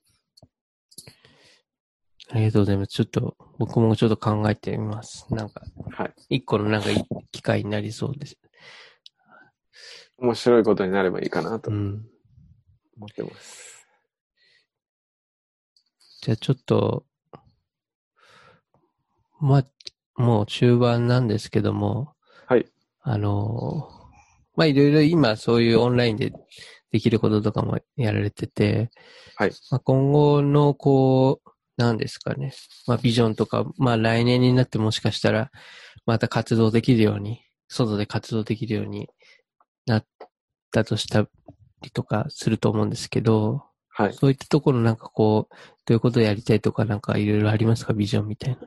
ありがとうございます。ちょっと、僕もちょっと考えてみます。なんか、はい。一個のなんか機会になりそうです。 面白いことになればいいかなと思ってます。 うん、じゃあちょっと、まあ、もう中盤なんですけども、 はい。 あの、まあいろいろ今そういうオンラインでできることとかもやられてて、 はい。 まあ、今後のこう、なんですかね。まあビジョンとか、まあ来年になってもしかしたら、また活動できるように、外で活動できるようになったとしたりとかすると思うんですけど、 はい。 そういったところなんかこう、どういうことをやりたいとかなんかいろいろありますか？ビジョンみたいな。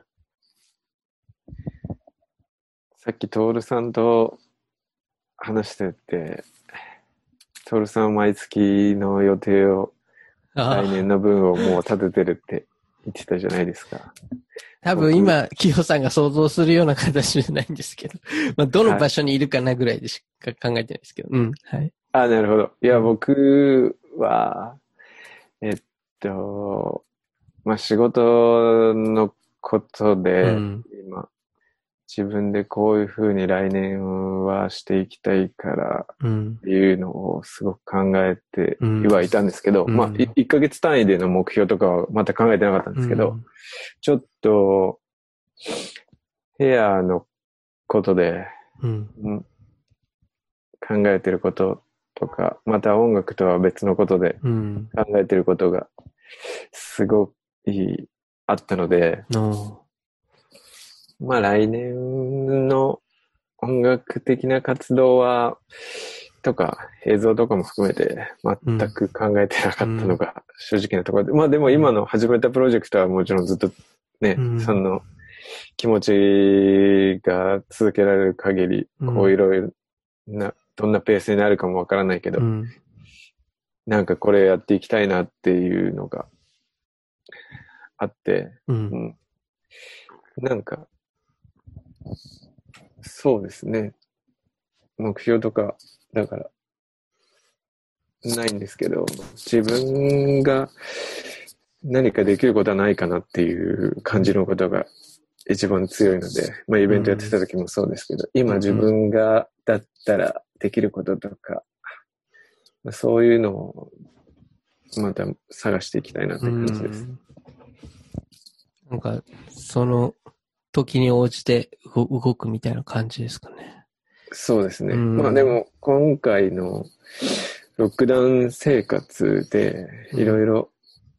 さっき徹さんと話してて、徹さんは毎月の予定を来年の分をもう立ててるって言ってたじゃないですか。 多分今、キヨさんが想像するような形じゃないんですけど、まあ、どの場所にいるかなぐらいでしか考えてないですけど、はい、うん、はい。 あ、なるほど。いや、僕は、えっと、まあ、仕事のことで、うん、今、自分でこういうふうに来年はしていきたいからっていうのをすごく考えてはいたんですけど、うん、まあ、いっかげつ単位での目標とかはまた考えてなかったんですけど、うん、ちょっと、ヘアのことで、うんうん、考えてることとか、また音楽とは別のことで考えてることがすごくあったので、うんまあ来年の音楽的な活動は、とか映像とかも含めて全く考えてなかったのが正直なところで、うん、まあでも今の始めたプロジェクトはもちろんずっとね、うん、その気持ちが続けられる限り、こういろいろな、どんなペースになるかもわからないけど、うん、なんかこれやっていきたいなっていうのがあって、うんうん、なんかそうですね。目標とか、だから、ないんですけど、自分が何かできることはないかなっていう感じのことが一番強いので、まあイベントやってた時もそうですけど、今自分がだったらできることとか、まあ、そういうのをまた探していきたいなって感じです。 なんか、その時に応じて動くみたいな感じですかね。 そうですね。まあでも、今回のロックダウン生活で、いろいろ、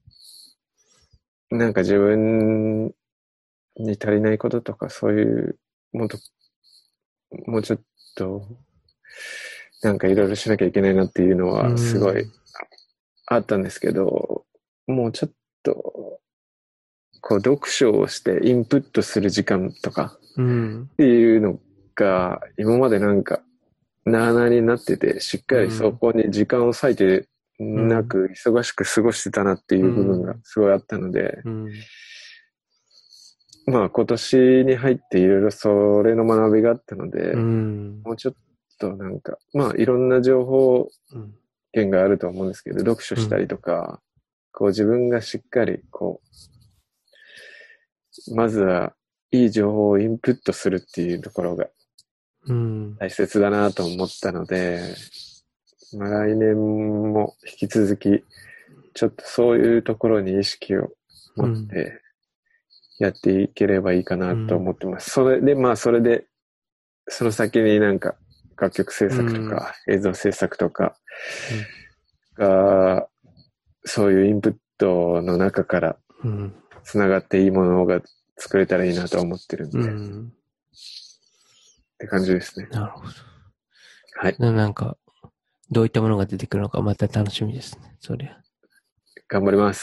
なんか自分に足りないこととか、そういう、もっと、もうちょっと、なんかいろいろしなきゃいけないなっていうのは、すごいあったんですけど、もうちょっと、こう、読書をしてインプットする時間とか、っていうのが、今までなんか、なあなあになってて、しっかりそこに時間を割いてなく、忙しく過ごしてたなっていう部分がすごいあったので、うんうん、まあ今年に入っていろいろそれの学びがあったので、うん、もうちょっとなんか、まあいろんな情報源があると思うんですけど、読書したりとか、こう自分がしっかりこう、まずはいい情報をインプットするっていうところが、大切だなと思ったので、まあ、来年も引き続き、ちょっとそういうところに意識を持ってやっていければいいかなと思ってます。うん、それで、まあそれで、その先になんか楽曲制作とか映像制作とかが、そういうインプットの中から繋がっていいものが作れたらいいなと思ってるんで。うんって感じですね。 なるほど。 はい。 なんか、どういったものが出てくるのかまた楽しみですね。そりゃ。 頑張ります。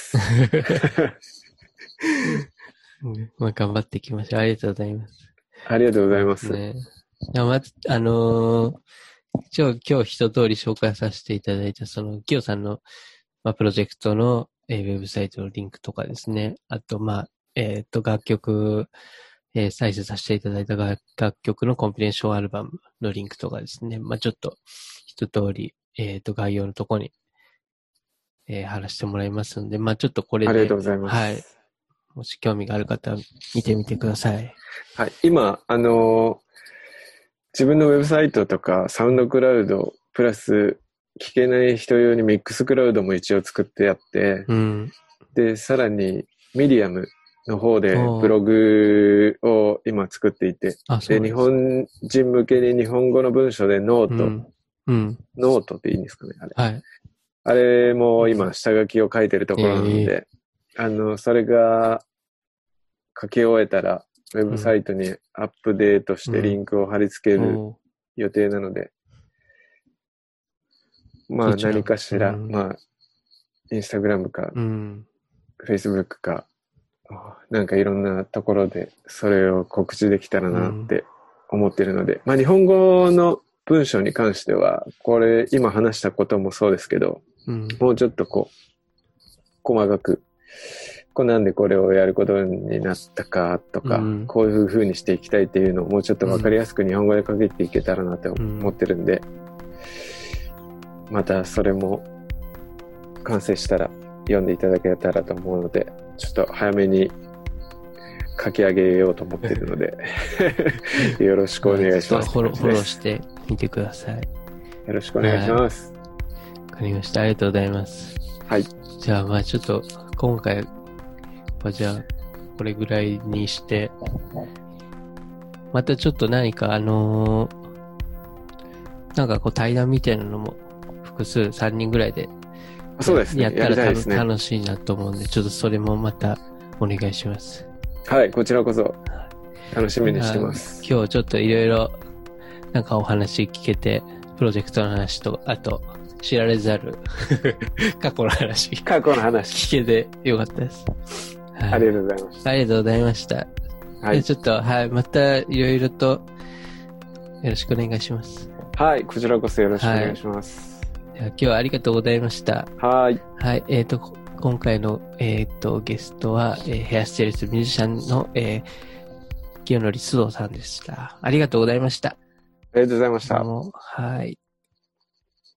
まあ頑張っていきましょう。ありがとうございます。 ありがとうございます。 ね、まず、あのー、今日、今日一通り紹介させていただいた、その、キヨさんの、まあ、プロジェクトの、えー、ウェブサイトのリンクとかですね。あと、まあ、えっと、楽曲、えー、再生させていただいた楽曲のコンピレーションアルバムのリンクとかですね。まあ、ちょっと、一通り、えっと、概要のところに、えー、貼らせてもらいますので、まあ、ちょっとこれで。 ありがとうございます。 はい。もし興味がある方は見てみてください。 はい。今、あのー、自分のウェブサイトとか、サウンドクラウド、プラス、聞けない人用にミックスクラウドも一応作ってやって、うん、で、さらに、ミディアムの方でブログを今作っていて、で、日本人向けに日本語の文章でノート、うんうん、ノートっていいんですかね、あれ。 はい。 あれも今下書きを書いてるところなので、えー、あの、それが書き終えたら、ウェブサイトにアップデートしてリンクを貼り付ける予定なので、うん、まあ何かしら、うん、まあ、 インスタグラムか、 うん、 フェイスブックか、なんかいろんなところでそれを告知できたらなって思ってるので、うん、まあ日本語の文章に関しては、これ今話したこともそうですけど、うん、もうちょっとこう、細かく、こうなんでこれをやることになったかとか、うん、こういう風にしていきたいっていうのをもうちょっとわかりやすく日本語で書けていけたらなって思ってるんで、うん、またそれも完成したら読んでいただけたらと思うので、ちょっと早めに書き上げようと思ってるのでよろしくお願いします。 フォロー、フォローしてみてください。 よろしくお願いします。 わかりました。ありがとうございます。 はい。 じゃあまあちょっと今回はじゃあこれぐらいにして、またちょっと何かあのー、なんかこう対談みたいなのも複数さんにんぐらいでそうですね。 やったらやりたい楽しいなと思うんで、ちょっとそれもまたお願いします。 はい、こちらこそ楽しみにしてます。 今日ちょっといろいろなんかお話聞けて、プロジェクトの話と、あと知られざる過去の話、 過去の話聞けてよかったです。 はい、ありがとうございました。 ありがとうございました。はい。ちょっとはいまたいろいろとよろしくお願いします。 はい、こちらこそよろしくお願いします。 はい今日はありがとうございました。 はい。 はい。えっ、ー、と、今回の、えっ、ー、と、ゲストは、えー、ヘアスタイリストミュージシャンの、えー、清則須藤さんでした。ありがとうございました。ありがとうございました。 はい。